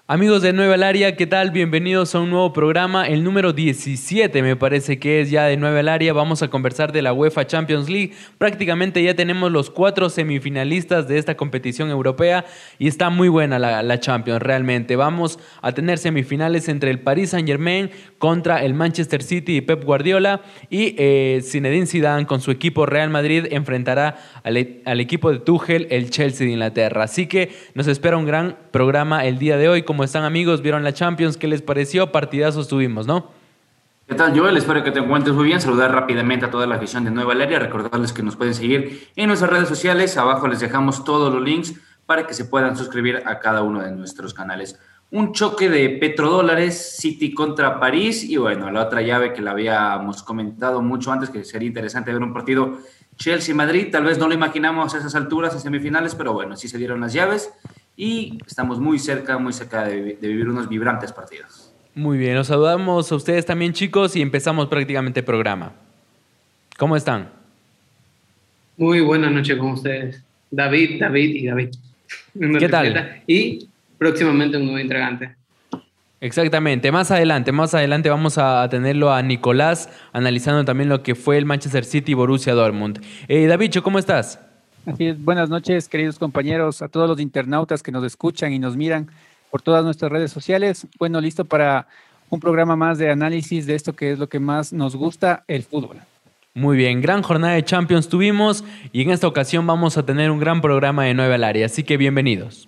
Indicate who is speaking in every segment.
Speaker 1: Amigos de Nueva al Área, ¿qué tal? Bienvenidos a un nuevo programa, el número 17 me parece que es ya de Nueva al Área. Vamos a conversar de la UEFA Champions League. Prácticamente ya tenemos los 4 semifinalistas de esta competición europea y está muy buena la Champions realmente. Vamos a tener semifinales entre el Paris Saint-Germain contra el Manchester City y Pep Guardiola y Zinedine Zidane con su equipo Real Madrid enfrentará al equipo de Tuchel, el Chelsea de Inglaterra. Así que nos espera un gran programa el día de hoy. ¿Cómo están, amigos? ¿Vieron la Champions? ¿Qué les pareció? Partidazos tuvimos, ¿no?
Speaker 2: ¿Qué tal, Joel? Espero que te encuentres muy bien. Saludar rápidamente a toda la afición de Nueva Valeria. Recordarles que nos pueden seguir en nuestras redes sociales. Abajo les dejamos todos los links para que se puedan suscribir a cada uno de nuestros canales. Un choque de petrodólares, City contra París. Y bueno, la otra llave que la habíamos comentado mucho antes, que sería interesante ver un partido Chelsea-Madrid. Tal vez no lo imaginamos a esas alturas en semifinales, pero bueno, sí se dieron las llaves. Y estamos muy cerca de vivir unos vibrantes partidos.
Speaker 1: Muy bien, los saludamos a ustedes también, chicos, y empezamos prácticamente el programa. ¿Cómo están?
Speaker 3: Muy buenas noches con ustedes. David y David. Mi
Speaker 1: ¿Qué tal?
Speaker 3: respeta. Y próximamente un nuevo integrante.
Speaker 1: Exactamente, más adelante vamos a tenerlo a Nicolás analizando también lo que fue el Manchester City y Borussia Dortmund. Davicho, ¿cómo estás?
Speaker 4: Así es, buenas noches, queridos compañeros, a todos los internautas que nos escuchan y nos miran por todas nuestras redes sociales. Bueno, listo para un programa más de análisis de esto que es lo que más nos gusta, el fútbol.
Speaker 1: Muy bien, gran jornada de Champions tuvimos y en esta ocasión vamos a tener un gran programa de 9 al área, así que bienvenidos.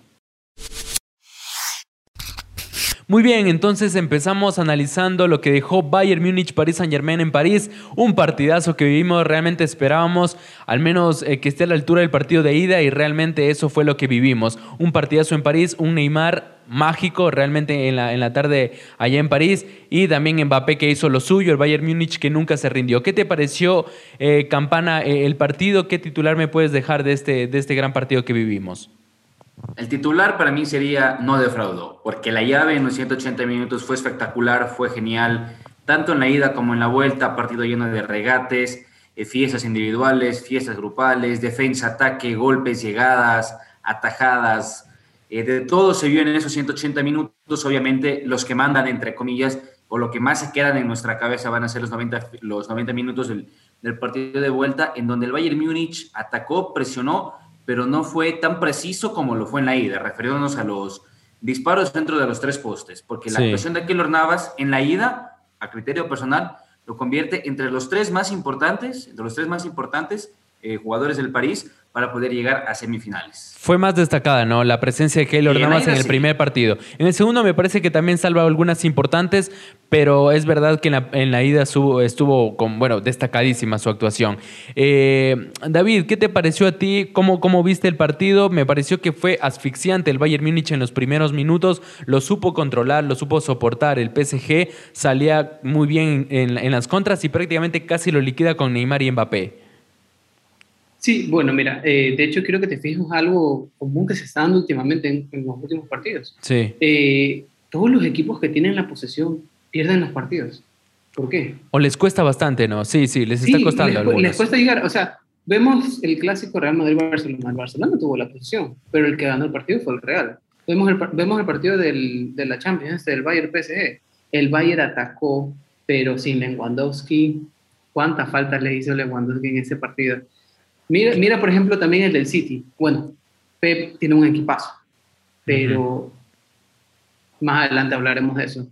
Speaker 1: Muy bien, entonces empezamos analizando lo que dejó Bayern Múnich, Paris Saint-Germain en París. Un partidazo que vivimos, realmente esperábamos al menos que esté a la altura del partido de ida y realmente eso fue lo que vivimos. Un partidazo en París, un Neymar mágico realmente en la tarde allá en París y también Mbappé que hizo lo suyo, el Bayern Múnich que nunca se rindió. ¿Qué te pareció, Campana, el partido? ¿Qué titular me puedes dejar de este gran partido que vivimos?
Speaker 2: El titular para mí sería no defraudó, porque la llave en los 180 minutos fue espectacular, fue genial, tanto en la ida como en la vuelta, partido lleno de regates, fiestas individuales, fiestas grupales, defensa, ataque, golpes, llegadas, atajadas, de todo se vio en esos 180 minutos. Obviamente los que mandan, entre comillas, o lo que más se quedan en nuestra cabeza van a ser los 90 minutos del partido de vuelta, en donde el Bayern Múnich atacó, presionó, pero no fue tan preciso como lo fue en la ida, refiriéndonos a los disparos dentro de los tres postes, porque la
Speaker 1: Sí.
Speaker 2: actuación de Keylor Navas en la ida, a criterio personal, lo convierte entre los tres más importantes jugadores del París para poder llegar a semifinales.
Speaker 1: Fue más destacada, ¿no? La presencia de Keylor
Speaker 2: Y en la
Speaker 1: Navas en
Speaker 2: ida
Speaker 1: el
Speaker 2: sí.
Speaker 1: primer partido. En el segundo me parece que también salva algunas importantes, pero es verdad que en la ida estuvo destacadísima su actuación. David, ¿qué te pareció a ti? ¿Cómo viste el partido? Me pareció que fue asfixiante el Bayern Múnich en los primeros minutos. Lo supo controlar, lo supo soportar. El PSG salía muy bien en las contras y prácticamente casi lo liquida con Neymar y Mbappé.
Speaker 3: Sí, bueno, mira, de hecho quiero que te fijes algo común que se está dando últimamente en los últimos partidos.
Speaker 1: Sí.
Speaker 3: Todos los equipos que tienen la posesión pierden los partidos. ¿Por qué?
Speaker 1: O les cuesta bastante, ¿no? Sí, les está
Speaker 3: Sí,
Speaker 1: costando a
Speaker 3: les
Speaker 1: algunos.
Speaker 3: cuesta llegar. O sea, vemos el clásico Real Madrid-Barcelona. El Barcelona tuvo la posesión, pero el que ganó el partido fue el Real. Vemos el partido de la Champions, del Bayern-PSG. El Bayern atacó, pero sin Lewandowski. ¿Cuántas faltas le hizo Lewandowski en ese partido? Mira, por ejemplo, también el del City. Bueno, Pep tiene un equipazo, pero más adelante hablaremos de eso.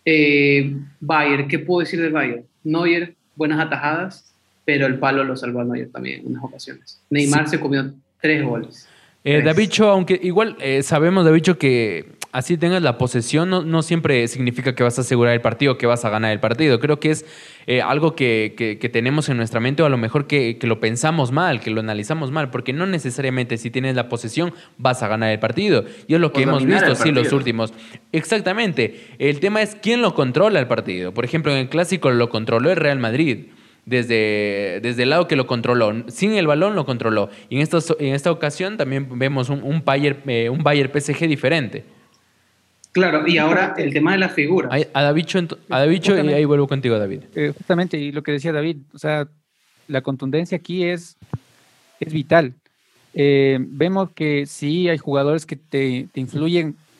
Speaker 3: Bayern, ¿qué puedo decir del Bayern? Neuer, buenas atajadas, pero el palo lo salvó a Neuer también en unas ocasiones. Neymar se comió 3 goles.
Speaker 1: Davicho, aunque igual sabemos, Davicho, que así tengas la posesión, no siempre significa que vas a asegurar el partido, que vas a ganar el partido. Creo que es algo que tenemos en nuestra mente o a lo mejor que lo pensamos mal, que lo analizamos mal, porque no necesariamente si tienes la posesión vas a ganar el partido. Y es lo que hemos visto, sí, los últimos. Exactamente. El tema es quién lo controla el partido. Por ejemplo, en el Clásico lo controló el Real Madrid. Desde el lado que lo controló, sin el balón lo controló. Y en esta ocasión también vemos un Bayern PSG diferente.
Speaker 3: Claro, y ahora el tema de las figuras.
Speaker 1: A Davicho y ahí vuelvo contigo, David.
Speaker 4: Justamente, y lo que decía David, o sea, la contundencia aquí es vital. Vemos que sí hay jugadores que te influyen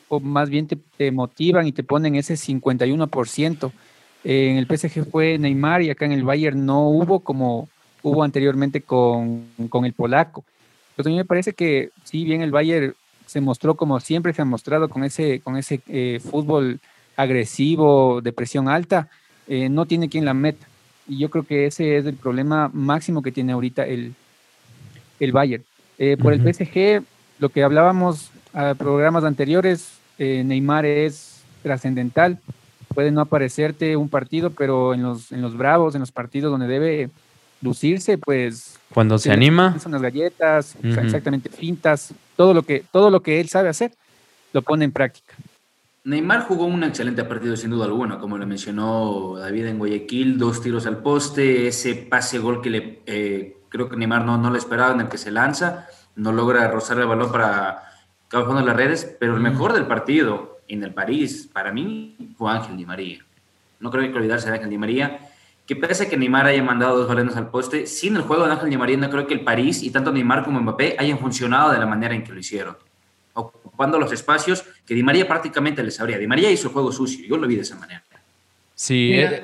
Speaker 4: o más bien te motivan y te ponen ese 51%. En el PSG fue Neymar y acá en el Bayern no hubo como hubo anteriormente con el polaco. Pero a mí me parece que si bien el Bayern se mostró como siempre se ha mostrado con ese fútbol agresivo, de presión alta, no tiene quien la meta. Y yo creo que ese es el problema máximo que tiene ahorita el Bayern. Por el PSG, lo que hablábamos a programas anteriores, Neymar es trascendental. Puede no aparecerte un partido, pero en los bravos, en los partidos donde debe lucirse, pues
Speaker 1: Cuando se anima.
Speaker 4: Son las galletas, exactamente fintas, todo lo que él sabe hacer, lo pone en práctica.
Speaker 2: Neymar jugó un excelente partido sin duda alguna, como lo mencionó David en Guayaquil, 2 tiros al poste, ese pase-gol que creo que Neymar no lo esperaba, en el que se lanza, no logra rozar el balón para acabar jugando las redes, pero el mejor del partido en el París, para mí, fue Ángel Di María. No creo que hay que olvidarse de Ángel Di María, que pese a que Neymar haya mandado 2 balones al poste, sin el juego de Ángel Di María no creo que el París y tanto Neymar como Mbappé hayan funcionado de la manera en que lo hicieron, ocupando los espacios que Di María prácticamente les abría. Di María hizo el juego sucio, yo lo vi de esa manera.
Speaker 1: Sí,
Speaker 3: Mira,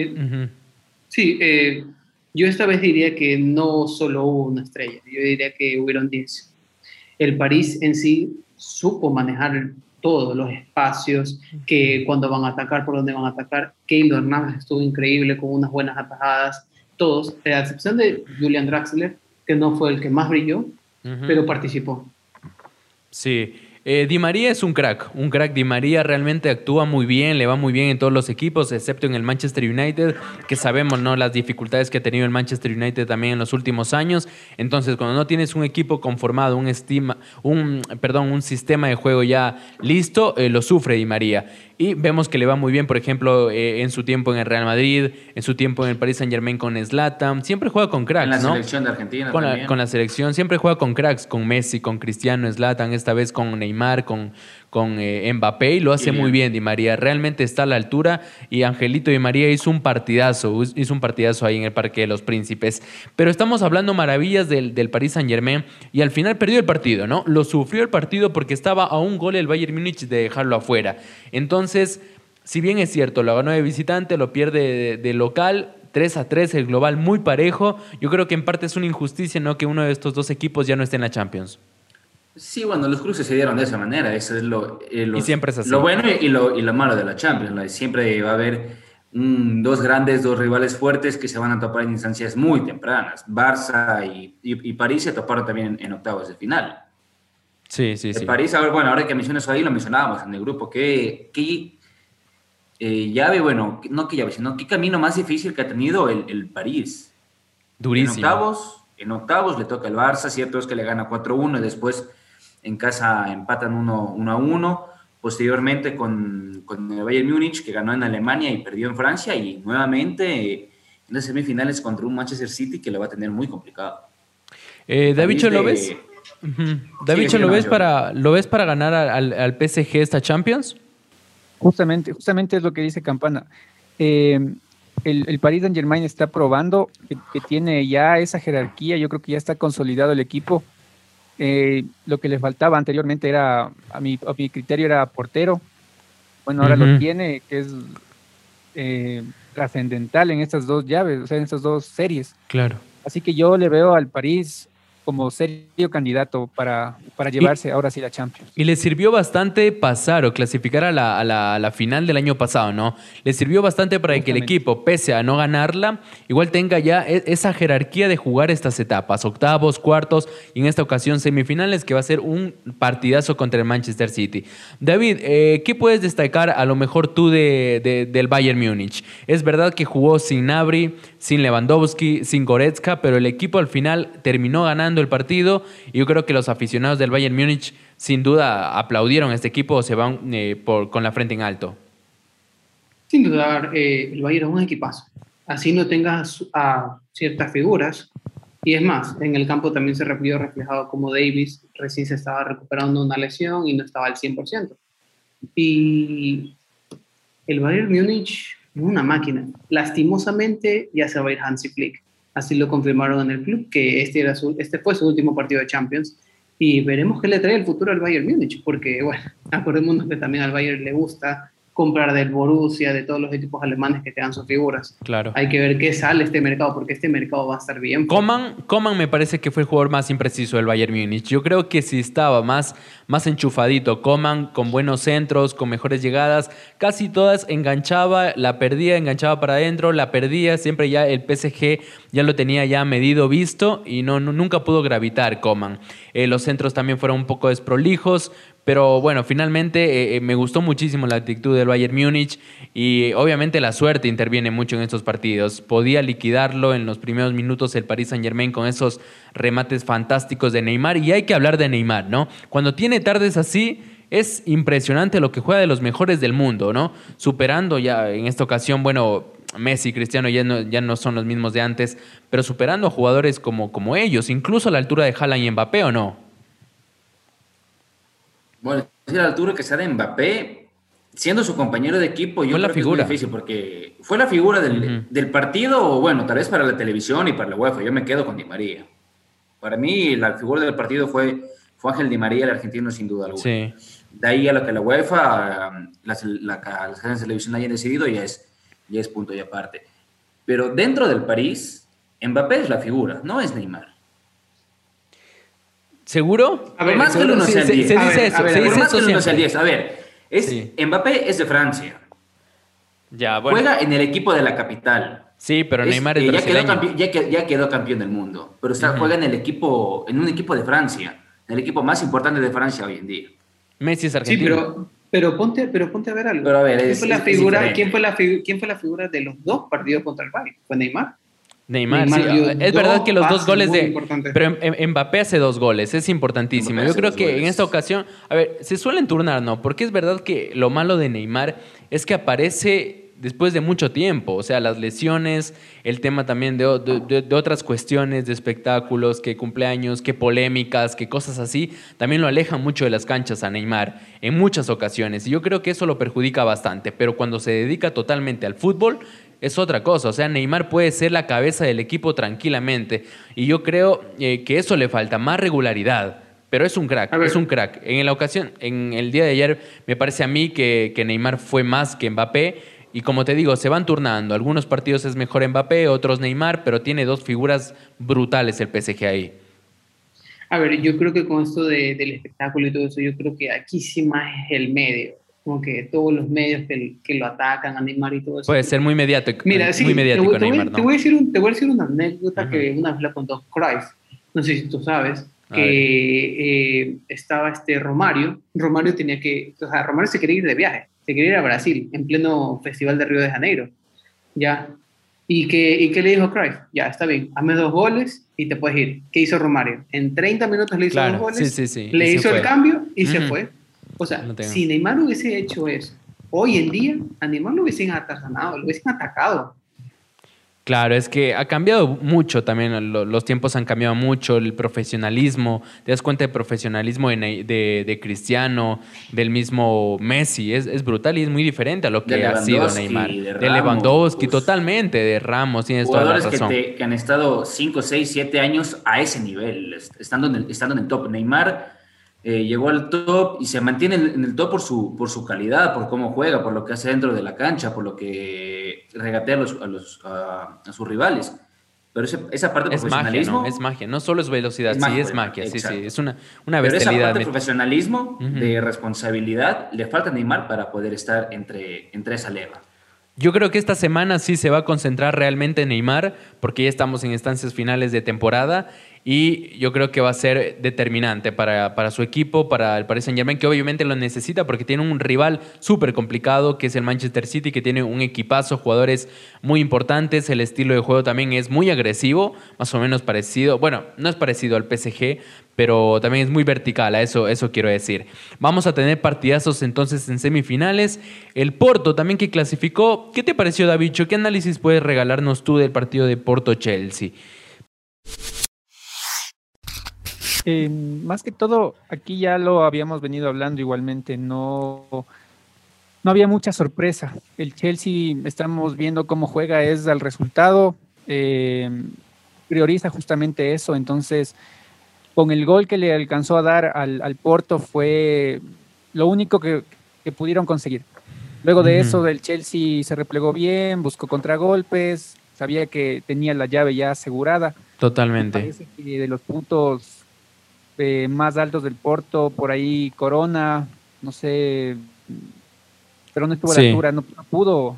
Speaker 3: sí, yo esta vez diría que no solo hubo una estrella, yo diría que hubieron 10. El París en sí supo manejar todos los espacios, que cuando van a atacar, por dónde van a atacar. Keylor Navas estuvo increíble con unas buenas atajadas, todos, a excepción de Julian Draxler, que no fue el que más brilló, pero participó.
Speaker 1: Sí, Di María es un crack Di María realmente actúa muy bien, le va muy bien en todos los equipos, excepto en el Manchester United, que sabemos, ¿no?, las dificultades que ha tenido el Manchester United también en los últimos años. Entonces, cuando no tienes un equipo conformado, un sistema de juego ya listo, lo sufre Di María. Y vemos que le va muy bien, por ejemplo, en su tiempo en el Real Madrid, en su tiempo en el Paris Saint-Germain con Zlatan. Siempre juega con cracks, ¿no?
Speaker 2: En la selección de Argentina también.
Speaker 1: Con la selección, siempre juega con cracks, con Messi, con Cristiano, Zlatan, esta vez con Neymar, con Mbappé, y lo hace muy bien Di María. Realmente está a la altura y Angelito Di María hizo un partidazo ahí en el Parque de los Príncipes. Pero estamos hablando maravillas del Paris Saint-Germain y al final perdió el partido, ¿no? Lo sufrió el partido porque estaba a un gol el Bayern Múnich de dejarlo afuera. Entonces, si bien es cierto, lo ganó de visitante, lo pierde de local, 3-3, el global muy parejo. Yo creo que en parte es una injusticia, ¿no?, que uno de estos dos equipos ya no esté en la Champions.
Speaker 2: Sí, bueno, los cruces se dieron de esa manera, eso es
Speaker 1: y siempre es así.
Speaker 2: Lo bueno y lo malo de la Champions, ¿no? Siempre va a haber dos rivales fuertes que se van a topar en instancias muy tempranas. Barça y París se toparon también en octavos de final.
Speaker 1: Sí.
Speaker 2: París, ahora que mencionas ahí, lo mencionábamos en el grupo, que llave, bueno, no que llave, sino qué camino más difícil que ha tenido el París.
Speaker 1: Durísimo.
Speaker 2: En octavos le toca el Barça, cierto es que le gana 4-1 y después en casa empatan 1-1, posteriormente con el Bayern Múnich, que ganó en Alemania y perdió en Francia, y nuevamente en las semifinales contra un Manchester City que lo va a tener muy complicado.
Speaker 1: Davicho, ¿lo ves? Davicho, ¿lo ves para ganar al PSG esta Champions?
Speaker 4: Justamente es lo que dice Campana. El Paris Saint-Germain está probando que tiene ya esa jerarquía. Yo creo que ya está consolidado el equipo. Lo que le faltaba anteriormente era, a mi criterio, era portero. Bueno, ahora lo tiene, que es trascendental en estas dos llaves, o sea, en estas dos series.
Speaker 1: Claro.
Speaker 4: Así que yo le veo al París como serio candidato para llevarse ahora sí la Champions.
Speaker 1: Y le sirvió bastante pasar o clasificar a la final del año pasado, ¿no? Le sirvió bastante para que el equipo, pese a no ganarla, igual tenga ya esa jerarquía de jugar estas etapas, octavos, cuartos y en esta ocasión semifinales, que va a ser un partidazo contra el Manchester City. David, ¿qué puedes destacar a lo mejor tú del Bayern Múnich? Es verdad que jugó sin Gnabry, sin Lewandowski, sin Goretzka, pero el equipo al final terminó ganando el partido y yo creo que los aficionados del Bayern Múnich sin duda aplaudieron a este equipo, se van con la frente en alto.
Speaker 3: Sin duda, el Bayern es un equipazo. Así no tengas a ciertas figuras, y es más, en el campo también se vio reflejado como Davis recién se estaba recuperando una lesión y no estaba al 100%. Y el Bayern Múnich es una máquina. Lastimosamente ya se va a ir Hansi Flick. Así lo confirmaron en el club, que este fue su último partido de Champions. y veremos qué le trae el futuro al Bayern Múnich, porque, bueno, acordémonos que también al Bayern le gusta comprar del Borussia, de todos los equipos alemanes que te dan sus figuras.
Speaker 1: Claro.
Speaker 3: Hay que ver qué sale este mercado, porque este mercado va a estar bien.
Speaker 1: Coman me parece que fue el jugador más impreciso del Bayern Múnich. Yo creo que si estaba más enchufadito, Coman con buenos centros, con mejores llegadas, casi todas enganchaba, la perdía, enganchaba para adentro, la perdía, siempre ya el PSG ya lo tenía ya medido, visto, y nunca pudo gravitar Coman. Los centros también fueron un poco desprolijos, pero bueno, finalmente me gustó muchísimo la actitud del Bayern Múnich y obviamente la suerte interviene mucho en estos partidos. Podía liquidarlo en los primeros minutos el Paris Saint-Germain con esos remates fantásticos de Neymar, y hay que hablar de Neymar, ¿no? Cuando tiene tardes así, es impresionante lo que juega, de los mejores del mundo, ¿no? Superando ya en esta ocasión, bueno, Messi y Cristiano ya no son los mismos de antes, pero superando a jugadores como ellos, incluso a la altura de Haaland y Mbappé, ¿o no?
Speaker 2: Bueno, decir a la altura que sea de Mbappé, siendo su compañero de equipo, yo creo que es muy difícil, porque fue la figura del partido, o bueno, tal vez para la televisión y para la UEFA. Yo me quedo con Di María. Para mí, la figura del partido fue Ángel Di María, el argentino, sin duda alguna.
Speaker 1: Sí.
Speaker 2: De ahí a lo que la UEFA, las cadenas de televisión hayan decidido, ya es punto y aparte. Pero dentro del París, Mbappé es la figura, no es Neymar.
Speaker 1: ¿Seguro?
Speaker 2: A ver, más que el 1 al 10.
Speaker 1: Se dice eso, se dice eso siempre.
Speaker 2: A ver, Mbappé es de Francia.
Speaker 1: Ya, bueno.
Speaker 2: Juega en el equipo de la capital.
Speaker 1: Sí, pero Neymar es brasileño.
Speaker 2: Ya quedó campeón del mundo. Pero juega en un equipo de Francia. En el equipo más importante de Francia hoy en día.
Speaker 1: Messi es argentino.
Speaker 3: Sí, pero ponte a ver algo.
Speaker 1: Pero a ver,
Speaker 3: ¿Quién fue la figura de los dos partidos contra el Bayern? ¿Fue Neymar?
Speaker 1: Neymar, sí. Es verdad que los 2 goles pero Mbappé hace 2 goles, es importantísimo. Yo creo que en esta ocasión, a ver, se suelen turnar, ¿no? Porque es verdad que lo malo de Neymar es que aparece después de mucho tiempo. O sea, las lesiones, el tema también de otras cuestiones, de espectáculos, que cumpleaños, que polémicas, que cosas así, también lo alejan mucho de las canchas a Neymar en muchas ocasiones. Y yo creo que eso lo perjudica bastante. Pero cuando se dedica totalmente al fútbol, es otra cosa. O sea, Neymar puede ser la cabeza del equipo tranquilamente. Y yo creo que eso le falta, más regularidad. Pero es un crack, es un crack. En la ocasión, en el día de ayer, me parece a mí que Neymar fue más que Mbappé. Y como te digo, se van turnando. Algunos partidos es mejor Mbappé, otros Neymar, pero tiene 2 figuras brutales el PSG ahí.
Speaker 3: A ver, yo creo que con esto del espectáculo y todo eso, yo creo que aquí sí más es el medio. Como que todos los medios que lo atacan a Neymar y todo eso.
Speaker 1: Puede ser muy mediático.
Speaker 3: Mira, sí,
Speaker 1: muy mediático
Speaker 3: Neymar, ¿no? Te voy a decir una anécdota que una vez la contó Cruyff. No sé si tú sabes. Que estaba Romario. Romario Romario se quería ir de viaje. Se quería ir a Brasil en pleno Festival de Río de Janeiro. ¿Ya? ¿Y qué le dijo Cruyff? Ya, está bien, hazme 2 goles y te puedes ir. ¿Qué hizo Romario? En 30 minutos le hizo 2 goles,
Speaker 1: sí.
Speaker 3: le hizo el cambio y se fue. O sea, si Neymar hubiese hecho eso, hoy en día a Neymar lo hubiesen atazanado, lo hubiesen atacado.
Speaker 1: Claro, es que ha cambiado mucho también, los tiempos han cambiado mucho, el profesionalismo, te das cuenta del profesionalismo de Cristiano, del mismo Messi, es brutal y es muy diferente a lo que ha sido Neymar. De Lewandowski, totalmente, de Ramos, tienes toda la razón.
Speaker 2: Jugadores que han estado 5, 6, 7 años a ese nivel, estando en el top. Neymar llegó al top y se mantiene en el top por su calidad, por cómo juega, por lo que hace dentro de la cancha, por lo que regatea a sus rivales. Pero esa parte de profesionalismo...
Speaker 1: Magia, ¿no? Es magia, no solo es velocidad, es magia,
Speaker 2: exacto.
Speaker 1: sí, es una
Speaker 2: bestialidad.
Speaker 1: Pero esa
Speaker 2: parte de profesionalismo, de responsabilidad, le falta a Neymar para poder estar entre esa leva.
Speaker 1: Yo creo que esta semana sí se va a concentrar realmente en Neymar, porque ya estamos en instancias finales de temporada y yo creo que va a ser determinante para su equipo, para el Paris Saint-Germain, que obviamente lo necesita porque tiene un rival súper complicado, que es el Manchester City, que tiene un equipazo, jugadores muy importantes, el estilo de juego también es muy agresivo, más o menos parecido, bueno, no es parecido al PSG, pero también es muy vertical, a eso quiero decir. Vamos a tener partidazos entonces en semifinales. El Porto también que clasificó. ¿Qué te pareció, Davicho? ¿Qué análisis puedes regalarnos tú del partido de Porto-Chelsea?
Speaker 4: Más que todo, aquí ya lo habíamos venido hablando igualmente, no había mucha sorpresa. El Chelsea, estamos viendo cómo juega, es al resultado, prioriza justamente eso, entonces con el gol que le alcanzó a dar al Porto fue lo único que pudieron conseguir. Luego de eso, el Chelsea se replegó bien, buscó contragolpes, sabía que tenía la llave ya asegurada.
Speaker 1: Totalmente.
Speaker 4: Me parece que de los puntos más altos del Porto, por ahí Corona, no sé, pero no estuvo a la altura, no pudo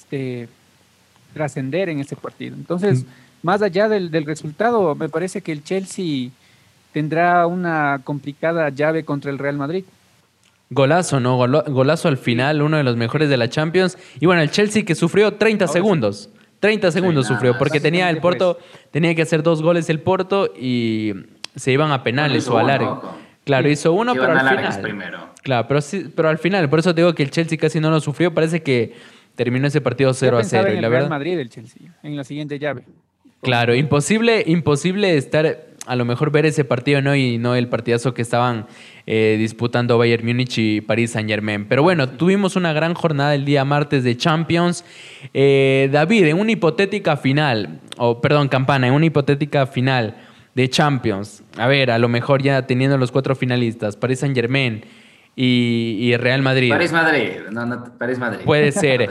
Speaker 4: trascender en ese partido. Entonces, más allá del resultado, me parece que el Chelsea tendrá una complicada llave contra el Real Madrid.
Speaker 1: Golazo, ¿no? Golazo al final, uno de los mejores de la Champions. Y bueno, el Chelsea que sufrió 30 segundos. 30 segundos sufrió, porque tenía el Porto, tenía que hacer 2 goles el Porto y se iban a penales o a largo. Claro, hizo uno, pero al final. Claro, pero al final, por eso te digo que el Chelsea casi no lo sufrió. Parece que terminó ese partido 0-0.
Speaker 4: En el Real Madrid, el Chelsea, en la siguiente llave.
Speaker 1: Claro, imposible estar, a lo mejor ver ese partido, ¿no? Y no el partidazo que estaban disputando Bayern Múnich y Paris Saint-Germain. Pero bueno, tuvimos una gran jornada el día martes de Champions. David, en una hipotética final, Campana, en una hipotética final de Champions, a ver, a lo mejor ya teniendo los 4 finalistas, Paris Saint-Germain y Real Madrid.
Speaker 2: París Madrid.
Speaker 1: Puede ser.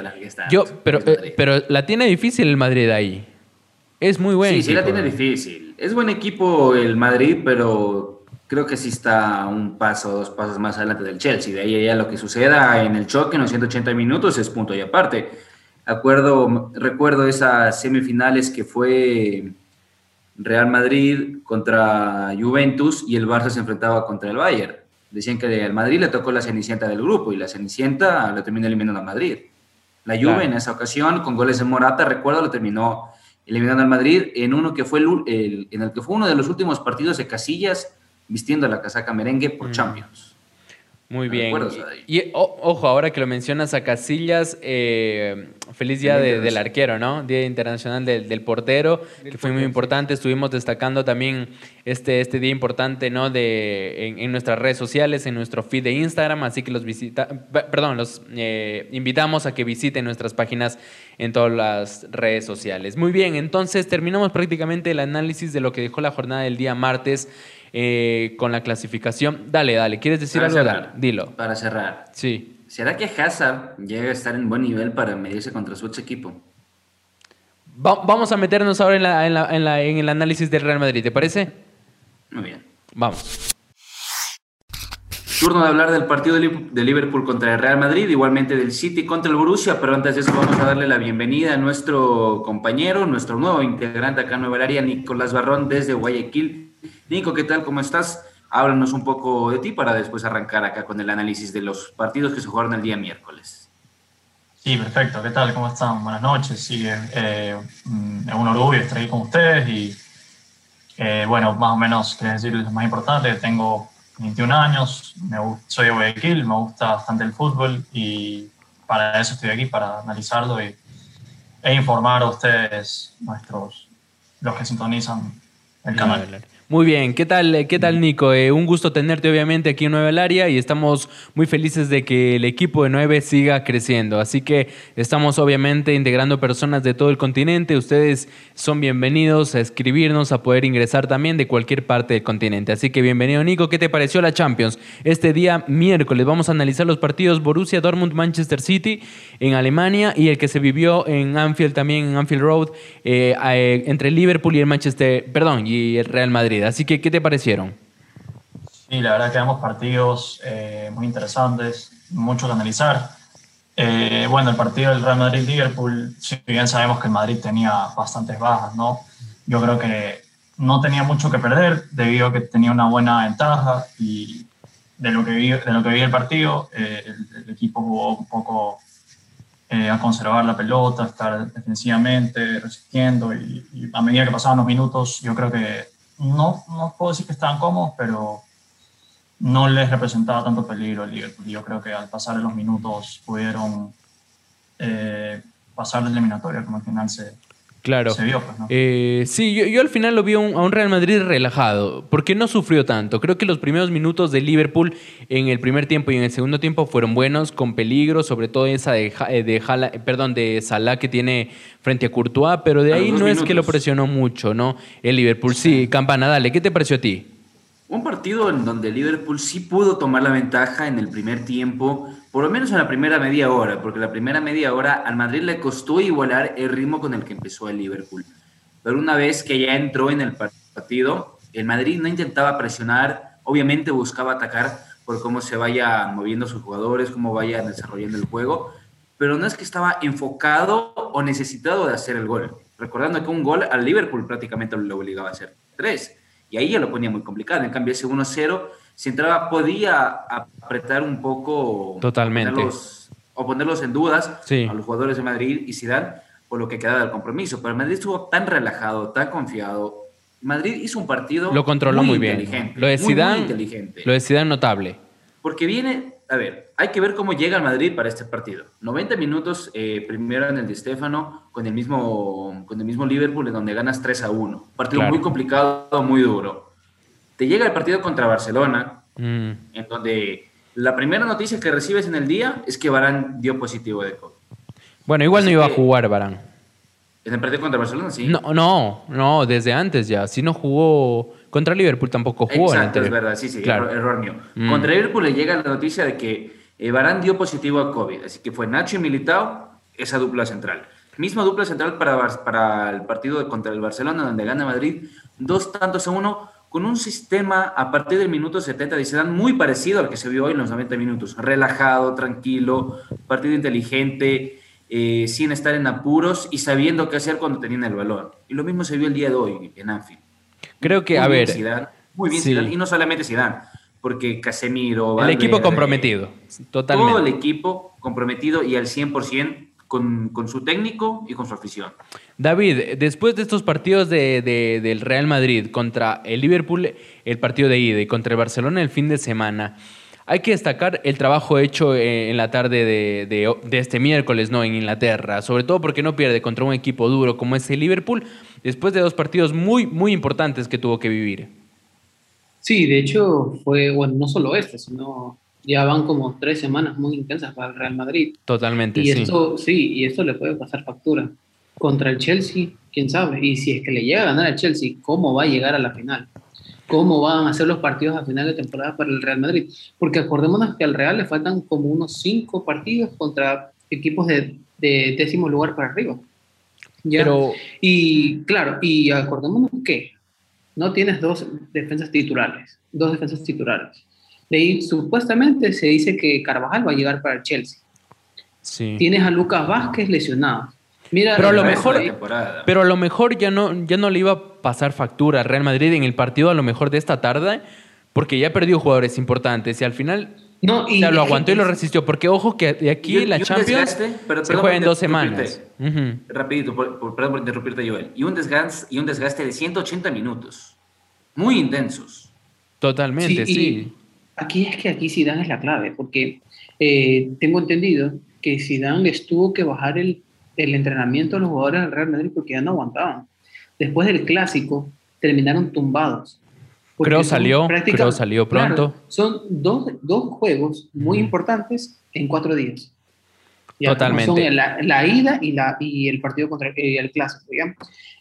Speaker 1: Pero la tiene difícil el Madrid ahí. Es muy buen equipo.
Speaker 2: Sí, la tiene difícil. Es buen equipo el Madrid, pero creo que sí está un paso o 2 pasos más adelante del Chelsea. De ahí ya lo que suceda en el choque en los 180 minutos es punto y aparte. Recuerdo esas semifinales que fue Real Madrid contra Juventus y el Barça se enfrentaba contra el Bayern. Decían que al Madrid le tocó la cenicienta del grupo y la cenicienta lo terminó eliminando a Madrid. La Juve en esa ocasión, con goles de Morata, recuerdo, lo terminó eliminando al Madrid en uno que fue en el que fue uno de los últimos partidos de Casillas vistiendo la casaca merengue por Champions.
Speaker 1: Muy bien. Y ojo, ahora que lo mencionas a Casillas, feliz día del arquero, ¿no? Día Internacional del Portero, que fue muy importante. Estuvimos destacando también este día importante, ¿no? En nuestras redes sociales, en nuestro feed de Instagram, así que los invitamos a que visiten nuestras páginas en todas las redes sociales. Muy bien, entonces terminamos prácticamente el análisis de lo que dejó la jornada del día martes. Con la clasificación. Dale, ¿quieres decir algo? Dilo.
Speaker 2: Para cerrar.
Speaker 1: Sí.
Speaker 2: ¿Será que Hazard llega a estar en buen nivel para medirse contra su ex equipo?
Speaker 1: Vamos a meternos ahora en el análisis del Real Madrid, ¿te parece?
Speaker 2: Muy bien.
Speaker 1: Vamos.
Speaker 2: Turno de hablar del partido de Liverpool contra el Real Madrid, igualmente del City contra el Borussia, pero antes de eso vamos a darle la bienvenida a nuestro compañero, nuestro nuevo integrante acá en Nueva Área, Nicolás Barrón, desde Guayaquil. Nico, ¿qué tal? ¿Cómo estás? Háblanos un poco de ti para después arrancar acá con el análisis de los partidos que se jugaron el día miércoles.
Speaker 5: Sí, perfecto. ¿Qué tal? ¿Cómo están? Buenas noches. Sí, es un orgullo estar ahí con ustedes y, bueno, más o menos, quería decirles lo más importante. Tengo 21 años, soy de Guayaquil, me gusta bastante el fútbol y para eso estoy aquí, para analizarlo e informar a ustedes, los que sintonizan el canal.
Speaker 1: Muy bien, ¿qué tal Nico? Un gusto tenerte obviamente aquí en Nueva El Área y estamos muy felices de que el equipo de 9 siga creciendo. Así que estamos obviamente integrando personas de todo el continente. Ustedes son bienvenidos a escribirnos, a poder ingresar también de cualquier parte del continente. Así que bienvenido Nico, ¿qué te pareció la Champions? Este día miércoles vamos a analizar los partidos Borussia Dortmund, Manchester City en Alemania y el que se vivió en Anfield también, en Anfield Road, entre el Liverpool y el Real Madrid. Así que, ¿qué te parecieron?
Speaker 5: Sí, la verdad que ambos partidos muy interesantes, mucho que analizar. Bueno, el partido del Real Madrid-Liverpool, si bien sabemos que el Madrid tenía bastantes bajas, ¿no? Yo creo que no tenía mucho que perder debido a que tenía una buena ventaja y de lo que vi el partido, el equipo jugó un poco a conservar la pelota, estar defensivamente, resistiendo y a medida que pasaban los minutos, yo creo que no puedo decir que estaban cómodos, pero no les representaba tanto peligro el Liverpool. Yo creo que al pasar los minutos pudieron pasar la eliminatoria, como al final se vio. Pues, ¿no?
Speaker 1: Sí, yo al final lo vi a un Real Madrid relajado, porque no sufrió tanto. Creo que los primeros minutos de Liverpool en el primer tiempo y en el segundo tiempo fueron buenos, con peligro, sobre todo esa de Salah que tiene frente a Courtois, pero de ahí no es que lo presionó mucho, ¿no? El Liverpool. Sí, Campana, dale, ¿qué te pareció a ti?
Speaker 2: Un partido en donde Liverpool sí pudo tomar la ventaja en el primer tiempo, por lo menos en la primera media hora, porque la primera media hora al Madrid le costó igualar el ritmo con el que empezó el Liverpool. Pero una vez que ya entró en el partido, el Madrid no intentaba presionar, obviamente buscaba atacar por cómo se vaya moviendo sus jugadores, cómo vayan desarrollando el juego, pero no es que estaba enfocado o necesitado de hacer el gol. Recordando que un gol al Liverpool prácticamente lo obligaba a hacer 3. Y ahí ya lo ponía muy complicado. En cambio, ese 1-0, si entraba, podía apretar un poco.
Speaker 1: Totalmente.
Speaker 2: Ponerlos en dudas
Speaker 1: sí.
Speaker 2: a los jugadores de Madrid y Zidane por lo que quedaba del compromiso. Pero el Madrid estuvo tan relajado, tan confiado. Madrid hizo un partido
Speaker 1: lo controló muy bien.
Speaker 2: Inteligente.
Speaker 1: Lo de Zidane,
Speaker 2: muy inteligente.
Speaker 1: Lo de Zidane notable.
Speaker 2: Porque viene, a ver, hay que ver cómo llega el Madrid para este partido. 90 minutos primero en el Di Stéfano con el mismo Liverpool, en donde ganas 3-1. Partido muy complicado, muy duro. Te llega el partido contra Barcelona, en donde la primera noticia que recibes en el día es que Varane dio positivo de COVID.
Speaker 1: Bueno, igual no iba a jugar Varane.
Speaker 2: ¿En el partido contra Barcelona? Sí.
Speaker 1: No, desde antes ya. Si no jugó contra Liverpool, tampoco jugó.
Speaker 2: Exacto, es verdad, sí, claro. Error mío. Contra Liverpool le llega la noticia de que Varane dio positivo a COVID, así que fue Nacho y Militao, esa dupla central. Misma dupla central para el partido contra el Barcelona, donde gana Madrid 2-1, con un sistema a partir del minuto 70 de Zidane muy parecido al que se vio hoy en los 90 minutos. Relajado, tranquilo, partido inteligente, sin estar en apuros y sabiendo qué hacer cuando tenían el balón. Y lo mismo se vio el día de hoy en Anfield.
Speaker 1: Creo que,
Speaker 2: Zidane, muy bien
Speaker 1: sí.
Speaker 2: Zidane, y no solamente Zidane, porque Casemiro,
Speaker 1: Valverde, el equipo comprometido, totalmente.
Speaker 2: Todo el equipo comprometido y al 100% con su técnico y con su afición.
Speaker 1: David, después de estos partidos del Real Madrid contra el Liverpool, el partido de ida, y contra el Barcelona el fin de semana, hay que destacar el trabajo hecho en la tarde de este miércoles, ¿no? En Inglaterra, sobre todo porque no pierde contra un equipo duro como es el Liverpool, después de 2 partidos muy, muy importantes que tuvo que vivir.
Speaker 3: Sí, de hecho fue, bueno, no solo sino ya van como 3 semanas muy intensas para el Real Madrid.
Speaker 1: Totalmente,
Speaker 3: y esto le puede pasar factura. Contra el Chelsea, quién sabe, y si es que le llega a ganar al Chelsea, ¿cómo va a llegar a la final? ¿Cómo van a ser los partidos a final de temporada para el Real Madrid? Porque acordémonos que al Real le faltan como unos 5 partidos contra equipos de 10º lugar para arriba. ¿Ya? Y claro, y acordémonos que no tienes 2 defensas titulares. De ahí supuestamente se dice que Carvajal va a llegar para el Chelsea.
Speaker 1: Sí.
Speaker 3: Tienes a Lucas Vázquez lesionado. Mira,
Speaker 1: pero a lo mejor ya no le iba a pasar factura al Real Madrid en el partido a lo mejor de esta tarde, porque ya perdió jugadores importantes y al final lo aguantó y lo resistió, porque ojo que de aquí la Champions se juega en 2 semanas.
Speaker 2: Rapidito, perdón por interrumpirte, Joel. Y un desgaste de 180 minutos. Muy intensos.
Speaker 1: Totalmente, sí.
Speaker 3: Aquí Zidane es la clave, porque tengo entendido que Zidane les tuvo que bajar el entrenamiento a los jugadores del Real Madrid porque ya no aguantaban. Después del Clásico terminaron tumbados.
Speaker 1: Creo salió pronto.
Speaker 3: Claro, son dos juegos muy importantes en 4 días. ¿Ya?
Speaker 1: Totalmente.
Speaker 3: Son la ida y el partido contra el Clásico, ¿ya?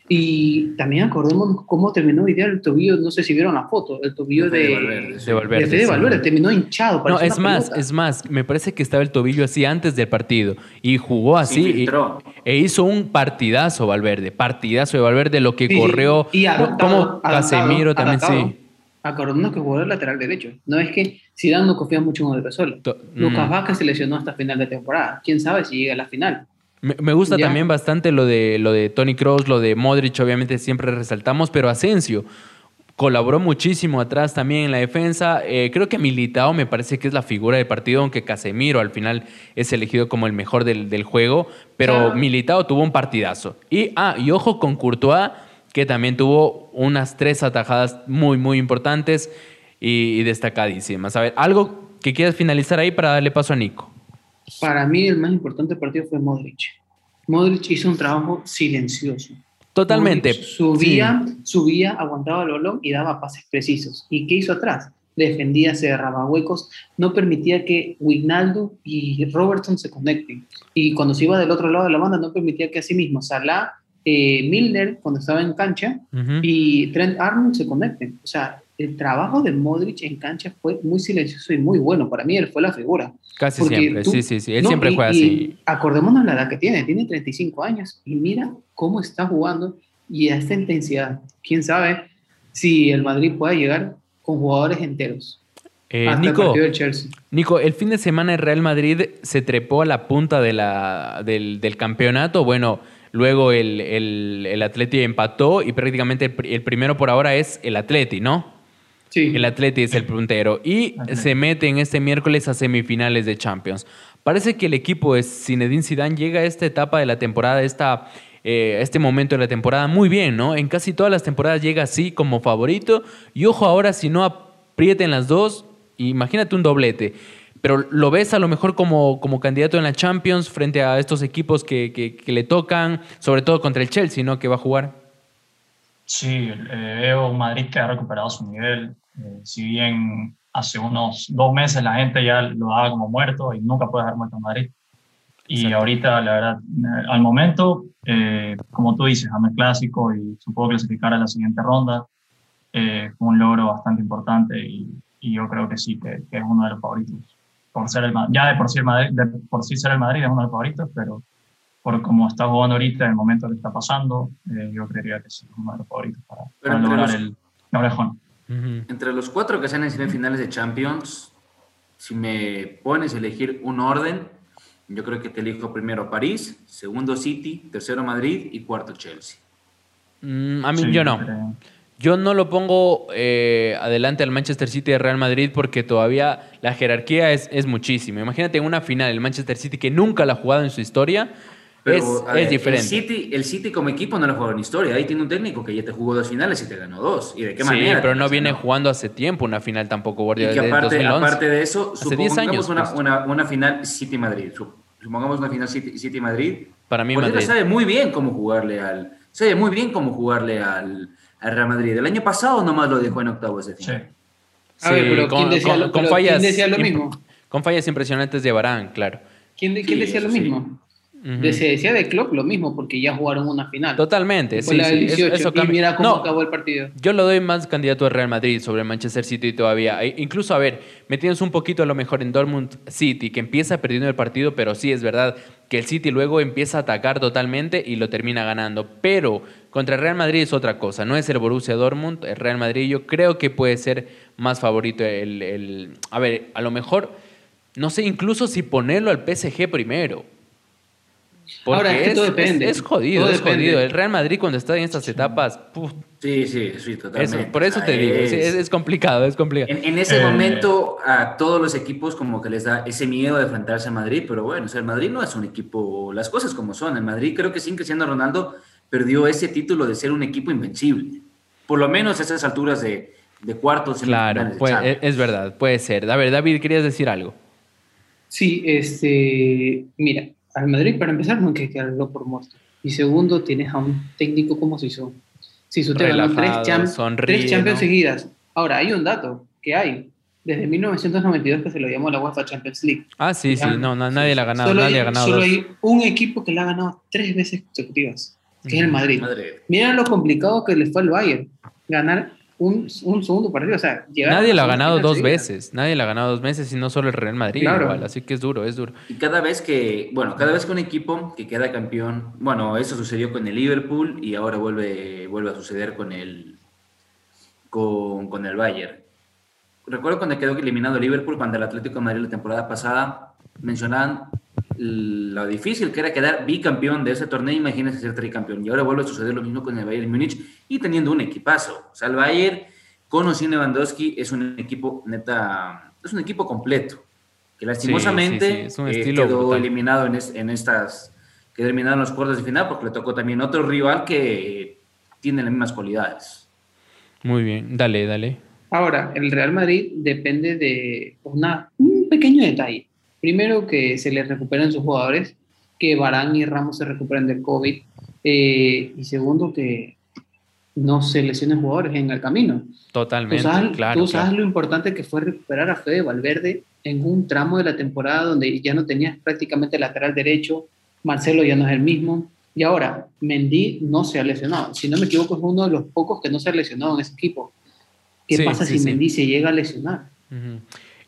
Speaker 3: Y también acordémonos cómo terminó hoy día el tobillo, no sé si vieron la foto, el tobillo de Valverde, terminó hinchado.
Speaker 1: No, es más, me parece que estaba el tobillo así antes del partido y jugó así e hizo un partidazo de Valverde, lo que corrió,
Speaker 3: y
Speaker 1: como Casemiro también, sí.
Speaker 3: Acordémonos que jugó el lateral derecho. No es que Zidane no confía mucho en Odriozola. Lucas Vázquez se lesionó hasta final de temporada. ¿Quién sabe si llega a la final?
Speaker 1: Me gusta también bastante lo de Toni Kroos, lo de Modric, obviamente siempre resaltamos, pero Asensio colaboró muchísimo atrás también en la defensa. Creo que Militao me parece que es la figura del partido, aunque Casemiro al final es elegido como el mejor del juego, pero Militao tuvo un partidazo. Y ojo con Courtois, que también tuvo unas 3 atajadas muy, muy importantes y destacadísimas. A ver, ¿algo que quieras finalizar ahí para darle paso a Nico?
Speaker 3: Para mí el más importante partido fue Modric. Modric hizo un trabajo silencioso.
Speaker 1: Totalmente.
Speaker 3: Subía, aguantaba el balón y daba pases precisos. ¿Y qué hizo atrás? Defendía, cerraba huecos, no permitía que Wijnaldum y Robertson se conecten. Y cuando se iba del otro lado de la banda no permitía que asimismo Salah, Milner, cuando estaba en cancha, y Trent Arnold se conecten. O sea, el trabajo de Modric en cancha fue muy silencioso y muy bueno. Para mí él fue la figura.
Speaker 1: Casi
Speaker 3: Porque
Speaker 1: siempre,
Speaker 3: tú,
Speaker 1: sí. Él
Speaker 3: no,
Speaker 1: siempre juega
Speaker 3: y
Speaker 1: así.
Speaker 3: acordémonos la edad que tiene 35 años y mira cómo está jugando y a esta intensidad. Quién sabe si el Madrid puede llegar con jugadores enteros hasta el partido del Chelsea.
Speaker 1: Nico, el fin de semana el Real Madrid se trepó a la punta del campeonato. Bueno, luego el Atleti empató y prácticamente el primero por ahora es el Atleti, ¿no?
Speaker 3: Sí.
Speaker 1: El Atleti es el puntero y se mete en este miércoles a semifinales de Champions. Parece que el equipo de Zinedine Zidane llega a esta etapa de la temporada, este momento de la temporada muy bien, ¿no? En casi todas las temporadas llega así como favorito y ojo ahora si no aprieten las dos, imagínate un doblete. Pero lo ves a lo mejor como candidato en la Champions frente a estos equipos que le tocan, sobre todo contra el Chelsea, ¿no? Que va a jugar.
Speaker 5: Sí, veo un Madrid que ha recuperado su nivel. Si bien hace unos 2 meses la gente ya lo daba como muerto y nunca puede dar muerto a Madrid. Y
Speaker 1: Exacto.
Speaker 5: ahorita, la verdad, al momento, como tú dices, ganó el clásico y supo clasificar a la siguiente ronda. Fue un logro bastante importante y yo creo que sí, que es uno de los favoritos. Por ser ya de por sí, por sí ser el Madrid es uno de los favoritos, pero por cómo está jugando ahorita, el momento que está pasando, yo creería que sí es uno de los favoritos para lograr el orejón.
Speaker 2: Entre los 4 que están en semifinales de Champions, si me pones a elegir un orden, yo creo que te elijo primero París, segundo City, tercero Madrid y cuarto Chelsea.
Speaker 1: A mí
Speaker 5: Sí,
Speaker 1: yo no.
Speaker 5: creo.
Speaker 1: Yo no lo pongo adelante al Manchester City de Real Madrid porque todavía la jerarquía es muchísima. Imagínate en una final el Manchester City que nunca la ha jugado en su historia.
Speaker 2: Pero, a ver,
Speaker 1: Es diferente.
Speaker 2: el City como equipo no lo jugó en historia. Ahí tiene un técnico que ya te jugó 2 finales y te ganó 2. ¿Y de qué
Speaker 1: Sí,
Speaker 2: manera?
Speaker 1: pero
Speaker 2: te
Speaker 1: no
Speaker 2: las
Speaker 1: viene
Speaker 2: ganó?
Speaker 1: jugando hace tiempo una final tampoco,
Speaker 2: Y
Speaker 1: Guardiola,
Speaker 2: que
Speaker 1: de 2011.
Speaker 2: aparte de eso,
Speaker 1: Hace 10 años.
Speaker 2: supongamos
Speaker 1: Justo.
Speaker 2: una final City-Madrid. Supongamos una final City-Madrid.
Speaker 1: Para mí
Speaker 2: Guardiola
Speaker 1: Madrid.
Speaker 2: sabe muy bien cómo jugarle al Real Madrid. El año pasado nomás lo dejó en octavos de
Speaker 5: Sí.
Speaker 2: final.
Speaker 3: A ver, pero ¿quién decía lo mismo?
Speaker 1: Con fallas impresionantes de Varane, claro.
Speaker 3: ¿Quién
Speaker 2: Sí,
Speaker 3: decía lo
Speaker 2: eso sí.
Speaker 3: mismo?
Speaker 1: Ujú.
Speaker 3: Se decía de Klopp lo mismo, porque ya jugaron una final.
Speaker 1: Totalmente,
Speaker 3: Fue
Speaker 1: sí,
Speaker 3: la del
Speaker 1: sí.
Speaker 3: 18,
Speaker 1: Eso
Speaker 3: y
Speaker 1: cambia.
Speaker 3: mira cómo
Speaker 1: No,
Speaker 3: acabó el partido.
Speaker 1: yo lo doy más candidato a Real Madrid sobre Manchester City todavía. Incluso, a ver, metiéndonos un poquito a lo mejor en Dortmund City, que empieza perdiendo el partido, pero sí es verdad que el City luego empieza a atacar totalmente y lo termina ganando. Pero contra el Real Madrid es otra cosa. No es el Borussia Dortmund, el Real Madrid yo creo que puede ser más favorito a ver, a lo mejor, no sé, incluso si ponerlo al PSG primero. Porque
Speaker 3: Ahora, es que todo depende.
Speaker 1: es jodido,
Speaker 3: Todo
Speaker 1: es jodido.
Speaker 3: depende.
Speaker 1: El Real Madrid cuando está en estas etapas, puf,
Speaker 2: Sí, totalmente.
Speaker 1: por eso
Speaker 2: O sea,
Speaker 1: te digo, sí, es complicado, es complicado.
Speaker 2: En ese momento a todos los equipos como que les da ese miedo de enfrentarse a Madrid, pero bueno, o sea, el Madrid no es un equipo, las cosas como son. El Madrid creo que sin Cristiano Ronaldo perdió ese título de ser un equipo invencible. Por lo menos a esas alturas de cuartos,
Speaker 1: Claro,
Speaker 2: semifinales de Champions.
Speaker 1: es verdad, puede ser. A ver, David, querías decir algo.
Speaker 3: Sí, mira, al Madrid para empezar no hay que darlo por muerto. Y segundo, tienes a un técnico como Zizou. Zizou te ganó
Speaker 1: Relajado, sonríe,
Speaker 3: tres Champions
Speaker 1: ¿no?
Speaker 3: seguidas. Ahora, hay un dato que hay. Desde 1992 que se lo llamó la UEFA Champions League.
Speaker 1: Ah, sí,
Speaker 3: Ya,
Speaker 1: no, nadie la ha ganado,
Speaker 3: Solo,
Speaker 1: nadie
Speaker 3: hay,
Speaker 1: ha ganado
Speaker 3: solo
Speaker 1: dos.
Speaker 3: hay un equipo que la ha ganado 3 veces consecutivas, que es el Madrid.
Speaker 2: Madrid.
Speaker 3: Mira lo complicado que le fue al Bayern ganar un segundo partido. O sea, llegar a
Speaker 1: Nadie
Speaker 3: una
Speaker 1: la ha
Speaker 3: segunda
Speaker 1: ganado
Speaker 3: final
Speaker 1: 2
Speaker 3: seguida.
Speaker 1: veces, nadie la ha ganado 2 veces y no solo el Real Madrid
Speaker 3: Claro.
Speaker 1: igual, así que es duro, es duro.
Speaker 2: Y cada vez que un equipo que queda campeón, bueno, eso sucedió con el Liverpool y ahora vuelve a suceder con el Bayern. Recuerdo cuando quedó eliminado el Liverpool, cuando el Atlético de Madrid la temporada pasada mencionaban lo difícil que era quedar bicampeón de ese torneo, imagínense ser tricampeón. Y ahora vuelve a suceder lo mismo con el Bayern Múnich y teniendo un equipazo. O sea, el Bayern con o sin Lewandowski es un equipo es un equipo completo. Que lastimosamente
Speaker 1: Sí, es un estilo
Speaker 2: quedó
Speaker 1: brutal.
Speaker 2: eliminado quedó eliminado en los cuartos de final porque le tocó también otro rival que tiene las mismas cualidades.
Speaker 1: Muy bien, dale.
Speaker 3: Ahora, el Real Madrid depende de un pequeño detalle. Primero, que se les recuperen sus jugadores, que Varane y Ramos se recuperen del COVID. Y segundo, que no se lesionen jugadores en el camino.
Speaker 1: Totalmente,
Speaker 3: Tú sabes
Speaker 1: claro.
Speaker 3: lo importante que fue recuperar a Fede Valverde en un tramo de la temporada donde ya no tenías prácticamente lateral derecho, Marcelo ya no es el mismo, y ahora Mendy no se ha lesionado. Si no me equivoco, es uno de los pocos que no se ha lesionado en ese equipo. ¿Qué
Speaker 1: Sí,
Speaker 3: pasa
Speaker 1: sí,
Speaker 3: si
Speaker 1: sí.
Speaker 3: Mendy se llega a lesionar?
Speaker 1: Ujú.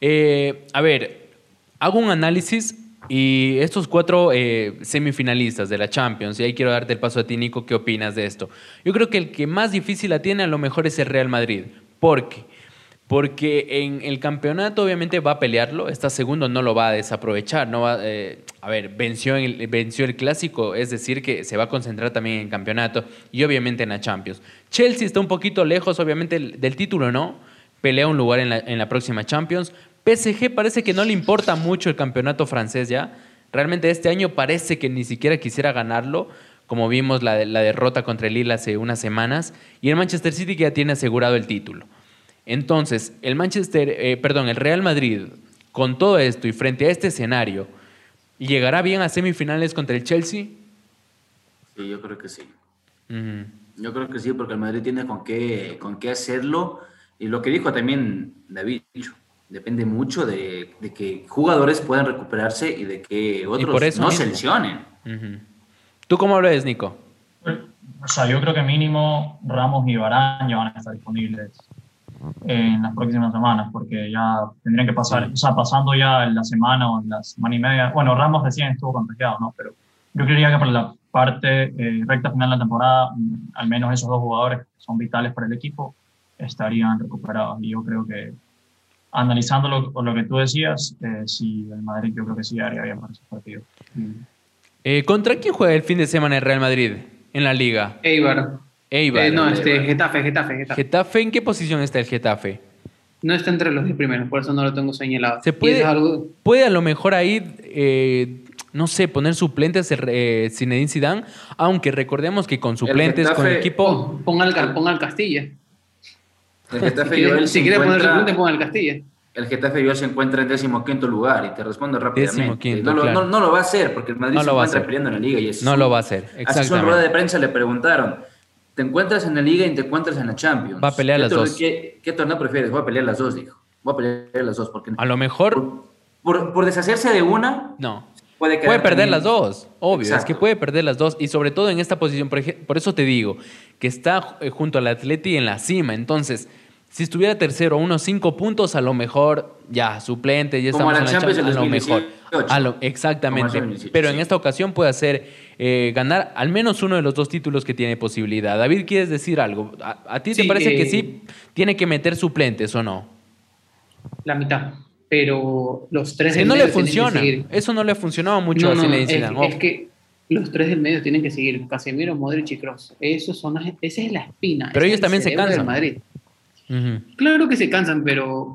Speaker 1: A ver, hago un análisis y estos 4 semifinalistas de la Champions, y ahí quiero darte el paso a ti, Nico, ¿qué opinas de esto? Yo creo que el que más difícil la tiene a lo mejor es el Real Madrid. ¿Por qué? Porque en el campeonato obviamente va a pelearlo, está segundo, no lo va a desaprovechar, no va, a ver, venció el clásico, es decir que se va a concentrar también en el campeonato y obviamente en la Champions. Chelsea está un poquito lejos obviamente del título, ¿no? Pelea un lugar en la próxima Champions. PSG parece que no le importa mucho el campeonato francés ya, realmente este año parece que ni siquiera quisiera ganarlo, como vimos la derrota contra el Lille hace unas semanas, y el Manchester City que ya tiene asegurado el título. Entonces, el Real Madrid, con todo esto y frente a este escenario, ¿llegará bien a semifinales contra el Chelsea?
Speaker 2: Sí, yo creo que sí.
Speaker 1: Ujú.
Speaker 2: Yo creo que sí, porque el Madrid tiene con qué hacerlo. Y lo que dijo también David, depende mucho de que jugadores puedan recuperarse y de que
Speaker 1: por
Speaker 2: otros
Speaker 1: eso
Speaker 2: no se
Speaker 1: mismo.
Speaker 2: lesionen.
Speaker 1: Ujú. ¿Tú cómo lo ves, Nico?
Speaker 5: O sea, yo creo que mínimo Ramos y Varane ya van a estar disponibles en las próximas semanas, porque ya tendrían que pasar, o sea, pasando ya la semana o la semana y media. Bueno, Ramos recién estuvo contagiado, ¿no? Pero yo creería que para la parte recta final de la temporada, al menos esos 2 jugadores que son vitales para el equipo estarían recuperados. Y yo creo que, analizando lo que tú decías, sí, el Madrid yo creo que sí haría bien para esos partidos.
Speaker 1: ¿Contra quién juega el fin de semana el Real Madrid en la Liga?
Speaker 3: Eibar.
Speaker 1: Eibar.
Speaker 3: No, Getafe.
Speaker 1: ¿Getafe? ¿En qué posición está el Getafe?
Speaker 3: No está entre los 10 primeros, por eso no lo tengo señalado.
Speaker 1: ¿Se
Speaker 3: Y
Speaker 1: puede,
Speaker 3: eso es algo...
Speaker 1: puede a lo mejor ahí, no sé, poner suplentes Zinedine Zidane? Aunque recordemos que con suplentes, con el
Speaker 2: Getafe-
Speaker 1: equipo...
Speaker 3: Ponga al Castilla.
Speaker 2: El Getafe
Speaker 3: Si
Speaker 2: Joel
Speaker 3: quiere,
Speaker 2: se
Speaker 3: si quiere poner
Speaker 2: encuentra-
Speaker 3: suplente, ponga al Castilla.
Speaker 2: El Getafe Joel se encuentra en 15º lugar y te respondo rápidamente.
Speaker 1: 15º,
Speaker 2: no,
Speaker 1: claro.
Speaker 2: no lo va a hacer porque el Madrid
Speaker 1: No
Speaker 2: se
Speaker 1: lo va a
Speaker 2: encuentra
Speaker 1: hacer.
Speaker 2: peleando en la Liga. Y es
Speaker 1: No lo va a hacer,
Speaker 2: Así en
Speaker 1: exactamente.
Speaker 2: rueda de prensa le preguntaron, ¿te encuentras en la Liga y te encuentras en la Champions?
Speaker 1: Va a pelear las dos.
Speaker 2: ¿Qué torneo prefieres? Voy a pelear las dos, dijo. Voy a pelear las dos porque
Speaker 1: A lo mejor...
Speaker 2: por deshacerse de una,
Speaker 1: No.
Speaker 2: puede
Speaker 1: Puede perder
Speaker 2: también-
Speaker 1: las dos, obvio,
Speaker 2: Exacto.
Speaker 1: es que puede perder las dos y sobre todo en esta posición, por eso te digo, que está junto al Atleti en la cima, entonces, si estuviera tercero a unos 5 puntos, a lo mejor ya, suplente, ya
Speaker 2: Como
Speaker 1: estamos
Speaker 2: la
Speaker 1: en la
Speaker 2: Champions
Speaker 1: Champions, a lo
Speaker 2: del
Speaker 1: mejor.
Speaker 2: 2018.
Speaker 1: Exactamente,
Speaker 2: Como el 2018,
Speaker 1: pero en
Speaker 2: sí.
Speaker 1: esta ocasión puede hacer ganar al menos uno de los 2 títulos que tiene posibilidad. David, ¿quieres decir algo? ¿A ti te
Speaker 3: Sí,
Speaker 1: parece que sí tiene que meter suplentes o no?
Speaker 3: La mitad. Pero los 3
Speaker 1: Si
Speaker 3: del
Speaker 1: no
Speaker 3: medio
Speaker 1: le
Speaker 3: tienen que
Speaker 1: funciona,
Speaker 3: seguir.
Speaker 1: eso no le ha funcionado mucho a Zinedine Zidane.
Speaker 3: Es que los 3 del medio tienen que seguir. Casemiro, Modric y Kroos. Esa es la espina.
Speaker 1: Pero
Speaker 3: ese
Speaker 1: ellos
Speaker 3: es el
Speaker 1: también se
Speaker 3: cerebro del
Speaker 1: cansan.
Speaker 3: Madrid.
Speaker 1: Ujú.
Speaker 3: Claro que se cansan, pero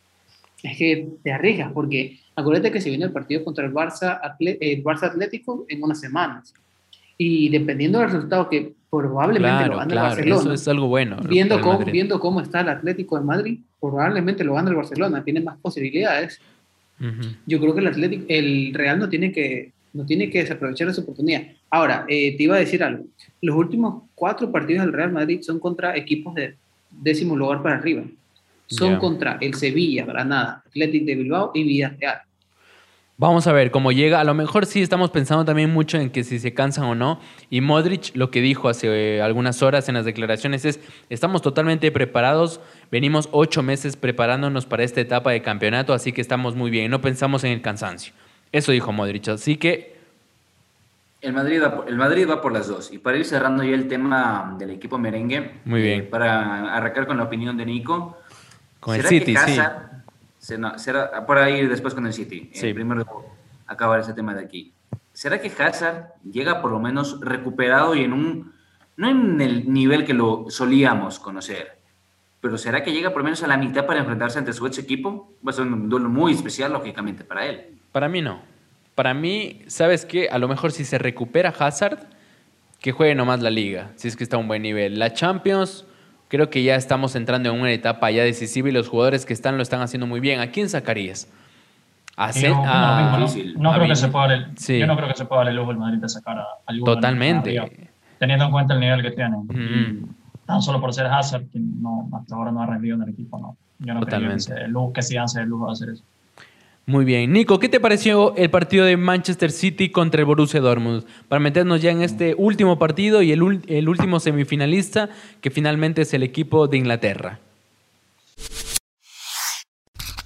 Speaker 3: es que te arriesgas porque acuérdate que se viene el partido contra el Barça Atlético en unas semanas. Y dependiendo del resultado que probablemente lo gane el Barcelona.
Speaker 1: Eso es algo bueno.
Speaker 3: Viendo cómo está el Atlético de Madrid, probablemente lo gane el Barcelona, tiene más posibilidades.
Speaker 1: Ujú.
Speaker 3: Yo creo que el Real no tiene que desaprovechar esa oportunidad. Ahora, te iba a decir algo. Los últimos 4 partidos del Real Madrid son contra equipos de 10º lugar para arriba. Son
Speaker 1: Ya.
Speaker 3: contra el Sevilla, Granada, Athletic de Bilbao y Villarreal.
Speaker 1: Vamos a ver cómo llega. A lo mejor sí estamos pensando también mucho en que si se cansan o no. Y Modric lo que dijo hace algunas horas en las declaraciones es, estamos totalmente preparados, venimos 8 meses preparándonos para esta etapa de campeonato, así que estamos muy bien, no pensamos en el cansancio. Eso dijo Modric, así que...
Speaker 2: El Madrid va por las dos. Y para ir cerrando ya el tema del equipo merengue,
Speaker 1: Muy bien.
Speaker 2: Para arrancar con la opinión de Nico,
Speaker 1: Con el
Speaker 2: ¿será
Speaker 1: City,
Speaker 2: que
Speaker 1: sí.
Speaker 2: Hazard, será para ir después con el City?
Speaker 1: Sí.
Speaker 2: Primero acabar ese tema de aquí. ¿Será que Hazard llega por lo menos recuperado y no en el nivel que lo solíamos conocer, pero será que llega por lo menos a la mitad para enfrentarse ante su ex equipo? Va a ser un duelo muy especial, lógicamente, para él.
Speaker 1: Para mí no. Para mí, ¿sabes qué? A lo mejor si se recupera Hazard, que juegue nomás la Liga, si es que está a un buen nivel. La Champions, creo que ya estamos entrando en una etapa ya decisiva y los jugadores que están lo están haciendo muy bien. ¿A quién sacarías?
Speaker 2: difícil.
Speaker 5: No creo que
Speaker 1: Vini.
Speaker 5: se pueda dar
Speaker 1: Sí.
Speaker 5: Yo no creo que se pueda dar el lujo el Madrid de sacar a alguno
Speaker 1: Totalmente.
Speaker 5: arriba, teniendo en cuenta el nivel que tienen.
Speaker 1: Mm.
Speaker 5: Tan solo por ser Hazard, que hasta ahora no ha rendido en el equipo, no. Yo no creo que Zidane se dé el lujo de hacer eso.
Speaker 1: Muy bien. Nico, ¿qué te pareció el partido de Manchester City contra el Borussia Dortmund? Para meternos ya en este último partido y el último semifinalista, que finalmente es el equipo de Inglaterra.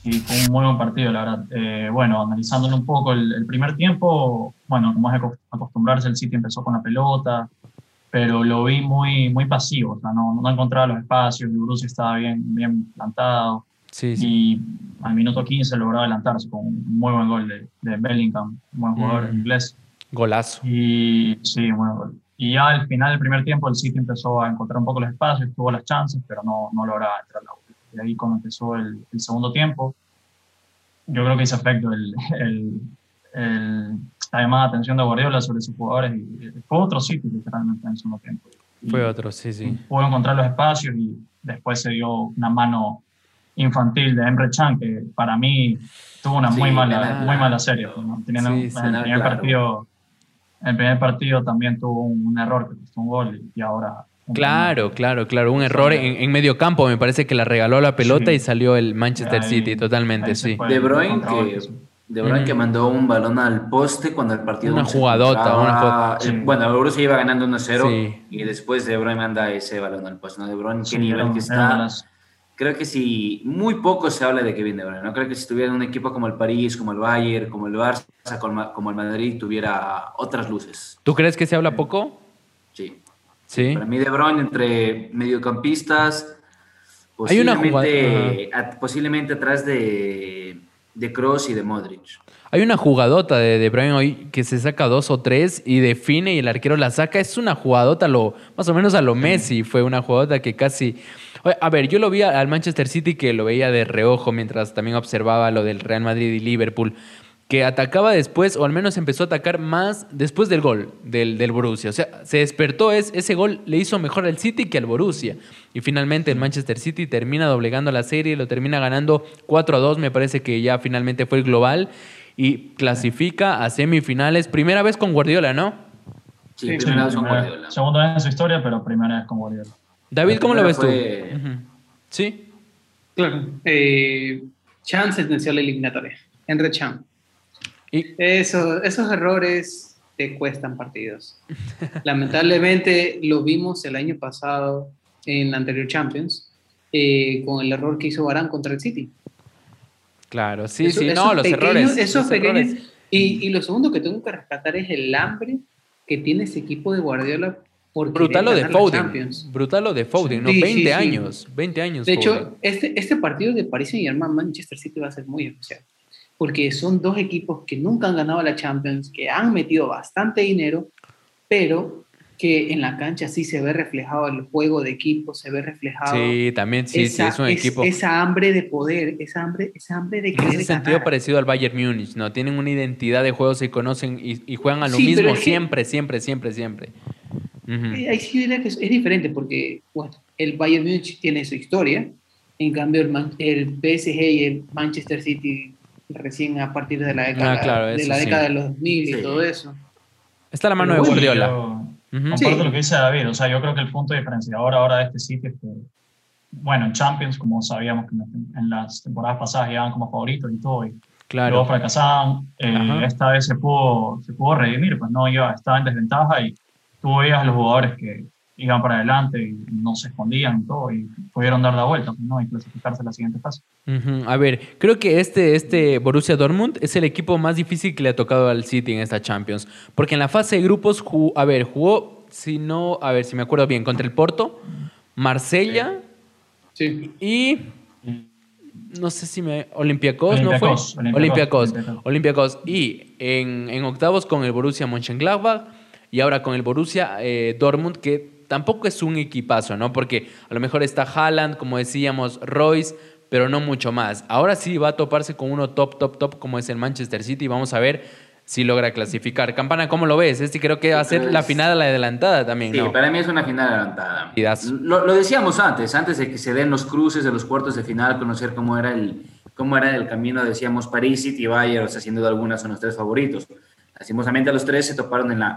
Speaker 5: y fue un muy buen partido, la verdad. Bueno, analizándolo un poco, el primer tiempo, bueno, como es de acostumbrarse, el City empezó con la pelota, pero lo vi muy, muy pasivo, o sea, no encontraba los espacios, el Borussia estaba bien plantado,
Speaker 1: Sí, sí.
Speaker 5: y al minuto 15 logró adelantarse con un muy buen gol de Bellingham, un buen jugador inglés.
Speaker 1: Golazo.
Speaker 5: Y sí, un buen gol. Y ya al final del primer tiempo el City empezó a encontrar un poco los espacios, tuvo las chances, pero no lograba entrar a la bola. Y ahí cuando empezó el segundo tiempo, yo creo que hizo efecto la llamada de atención de Guardiola sobre sus jugadores, y fue otro City literalmente en el segundo tiempo.
Speaker 1: Fue otro, sí.
Speaker 5: Pudo encontrar los espacios y después se dio una mano infantil de Emre Can, que para mí tuvo una muy mala serie, ¿no? Teniendo el primer partido también tuvo un error que costó un gol, y ahora...
Speaker 1: Claro. Un error en medio campo. Me parece que la regaló la pelota y salió el Manchester City totalmente, sí.
Speaker 2: De Bruyne que mandó un balón al poste cuando el partido...
Speaker 1: Una jugadota.
Speaker 2: Bueno, el Borussia iba ganando 1-0
Speaker 1: sí.
Speaker 2: Y después De Bruyne manda ese balón al poste, ¿no? De Bruyne, qué nivel que está... Creo que sí, muy poco se habla de Kevin De Bruyne, ¿no? Creo que si estuviera en un equipo como el París, como el Bayern, como el Barça, como el Madrid, tuviera otras luces.
Speaker 1: ¿Tú crees que se habla poco?
Speaker 2: Sí.
Speaker 1: Sí.
Speaker 2: Para mí De Bruyne entre mediocampistas, posiblemente atrás de Kroos y de Modric.
Speaker 1: Hay una jugadota de Bruyne hoy que se saca 2 o 3 y define y el arquero la saca. Es una jugadota más o menos a lo Messi. Fue una jugadota que casi... A ver, yo lo vi al Manchester City, que lo veía de reojo mientras también observaba lo del Real Madrid y Liverpool, que atacaba después, o al menos empezó a atacar más después del gol del Borussia. O sea, se despertó, ese gol le hizo mejor al City que al Borussia. Y finalmente el Manchester City termina doblegando la serie, lo termina ganando 4-2, me parece que ya finalmente fue el global, y clasifica a semifinales. Primera vez con Guardiola, ¿no?
Speaker 2: Sí, primera vez con Guardiola.
Speaker 5: Segunda vez en su historia, pero primera vez con Guardiola.
Speaker 1: David, ¿cómo lo ves tú?
Speaker 3: ¿Sí? Claro. Can sentenció la eliminatoria. Emre Can. Esos errores te cuestan partidos. Lamentablemente lo vimos el año pasado en la anterior Champions, con el error que hizo Varane contra el City.
Speaker 1: Claro, los errores.
Speaker 3: Esos pequeños. Y lo segundo que tengo que rescatar es el hambre que tiene ese equipo de Guardiola.
Speaker 1: Brutal lo de Foden, ¿no?
Speaker 3: Sí,
Speaker 1: 20 años. De
Speaker 3: hecho, este partido de Paris Saint-Germain Manchester City va a ser muy especial, porque son dos equipos que nunca han ganado la Champions, que han metido bastante dinero, pero que en la cancha sí se ve reflejado el juego de equipo, se ve reflejado.
Speaker 1: Sí, también sí, es un equipo.
Speaker 3: Esa hambre de poder, esa hambre de querer ganar.
Speaker 1: En ese sentido parecido al Bayern Múnich, ¿no? Tienen una identidad de juego, se conocen y juegan a lo mismo siempre. Uh-huh.
Speaker 3: Ahí sí diría que es diferente, porque bueno, el Bayern Múnich tiene su historia, en cambio el PSG y el Manchester City recién a partir de la década, década de los 2000 y todo eso.
Speaker 1: Está la mano de Guardiola.
Speaker 5: Comparto lo que dice David, o sea, yo creo que el punto diferenciador ahora de este City es que, bueno, en Champions, como sabíamos que en las temporadas pasadas llegaban como favoritos y todo, y luego fracasaban, esta vez se pudo redimir, pues no estaba en desventaja y tú veías a los jugadores que iban para adelante y no se escondían y todo, y pudieron dar la vuelta, ¿no? Y clasificarse a la siguiente fase.
Speaker 1: A ver, creo que este Borussia Dortmund es el equipo más difícil que le ha tocado al City en esta Champions, porque en la fase de grupos jugó, si me acuerdo bien, contra el Porto, Marsella y... No sé si Olympiacos, ¿no fue? Olympiacos. Y en octavos con el Borussia Mönchengladbach, y ahora con el Borussia Dortmund, que tampoco es un equipazo, ¿no? Porque a lo mejor está Haaland, como decíamos, Royce, pero no mucho más. Ahora sí va a toparse con uno top, como es el Manchester City. Vamos a ver si logra clasificar. Campana, ¿cómo lo ves? Creo que va a ser la final a la adelantada también, ¿no?
Speaker 2: Sí, para mí es una final adelantada. Lo decíamos antes de que se den los cruces de los cuartos de final, conocer cómo era el camino, decíamos París, City, Bayern, o sea, sin duda alguna son los tres favoritos. Lastimosamente los tres se toparon en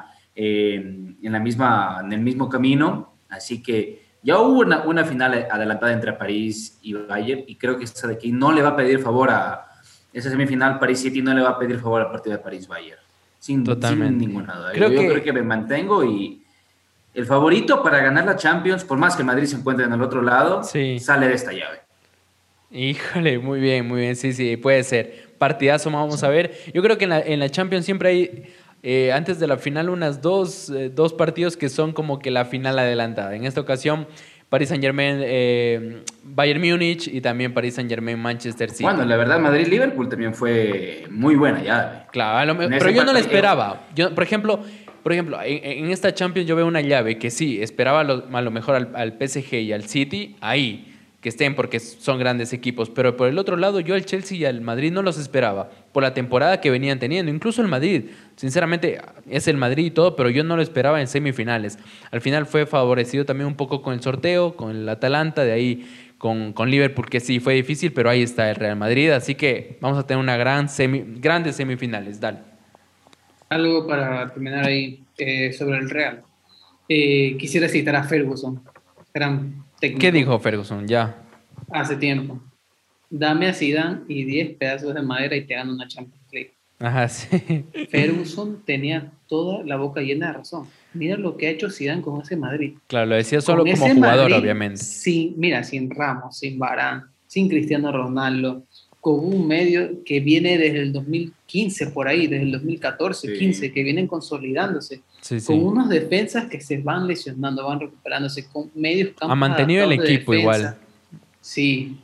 Speaker 2: el mismo camino, así que ya hubo una final adelantada entre París y Bayern, y creo que esta de aquí no le va a pedir favor esa semifinal. París City no le va a pedir favor al partido de París Bayern, sin ninguna duda. Yo creo que me mantengo, y el favorito para ganar la Champions, por más que el Madrid se encuentre en el otro lado, sale de esta llave.
Speaker 1: Híjole, muy bien, sí, sí, puede ser. Partidazo, vamos a ver. Yo creo que en la Champions siempre hay, antes de la final, dos partidos que son como que la final adelantada. En esta ocasión, Paris Saint-Germain, Bayern Múnich y también Paris Saint-Germain, Manchester City.
Speaker 2: Bueno, la verdad, Madrid-Liverpool también fue muy buena llave.
Speaker 1: Claro,
Speaker 2: En
Speaker 1: pero
Speaker 2: ese
Speaker 1: yo no la
Speaker 2: partido,
Speaker 1: esperaba. Yo, por ejemplo, en esta Champions yo veo una llave que sí, esperaba a lo mejor al PSG y al City ahí, que estén porque son grandes equipos, pero por el otro lado yo al Chelsea y al Madrid no los esperaba, por la temporada que venían teniendo, incluso el Madrid, sinceramente es el Madrid y todo, pero yo no lo esperaba en semifinales. Al final fue favorecido también un poco con el sorteo, con el Atalanta, de ahí con Liverpool, que sí fue difícil, pero ahí está el Real Madrid, así que vamos a tener una grandes semifinales, dale.
Speaker 3: Algo para terminar ahí sobre el Real. Quisiera citar a Ferguson, gran técnico.
Speaker 1: ¿Qué dijo Ferguson? Ya.
Speaker 3: Hace tiempo. Dame a Zidane y 10 pedazos de madera y te gano una Champions League.
Speaker 1: Ajá, sí.
Speaker 3: Ferguson tenía toda la boca llena de razón. Mira lo que ha hecho Zidane con ese Madrid.
Speaker 1: Claro, lo decía solo
Speaker 3: Con
Speaker 1: como
Speaker 3: ese
Speaker 1: jugador,
Speaker 3: Madrid,
Speaker 1: obviamente.
Speaker 3: sin Ramos, sin Varane, sin Cristiano Ronaldo, con un medio que viene desde el 2015 por ahí, desde el 2014,
Speaker 2: Sí.
Speaker 3: 15, que vienen consolidándose,
Speaker 1: Sí, sí.
Speaker 3: con unos defensas que se van lesionando, van recuperándose, con medios campos
Speaker 1: Ha mantenido el
Speaker 3: adaptados de
Speaker 1: equipo
Speaker 3: defensa.
Speaker 1: igual.
Speaker 3: Sí.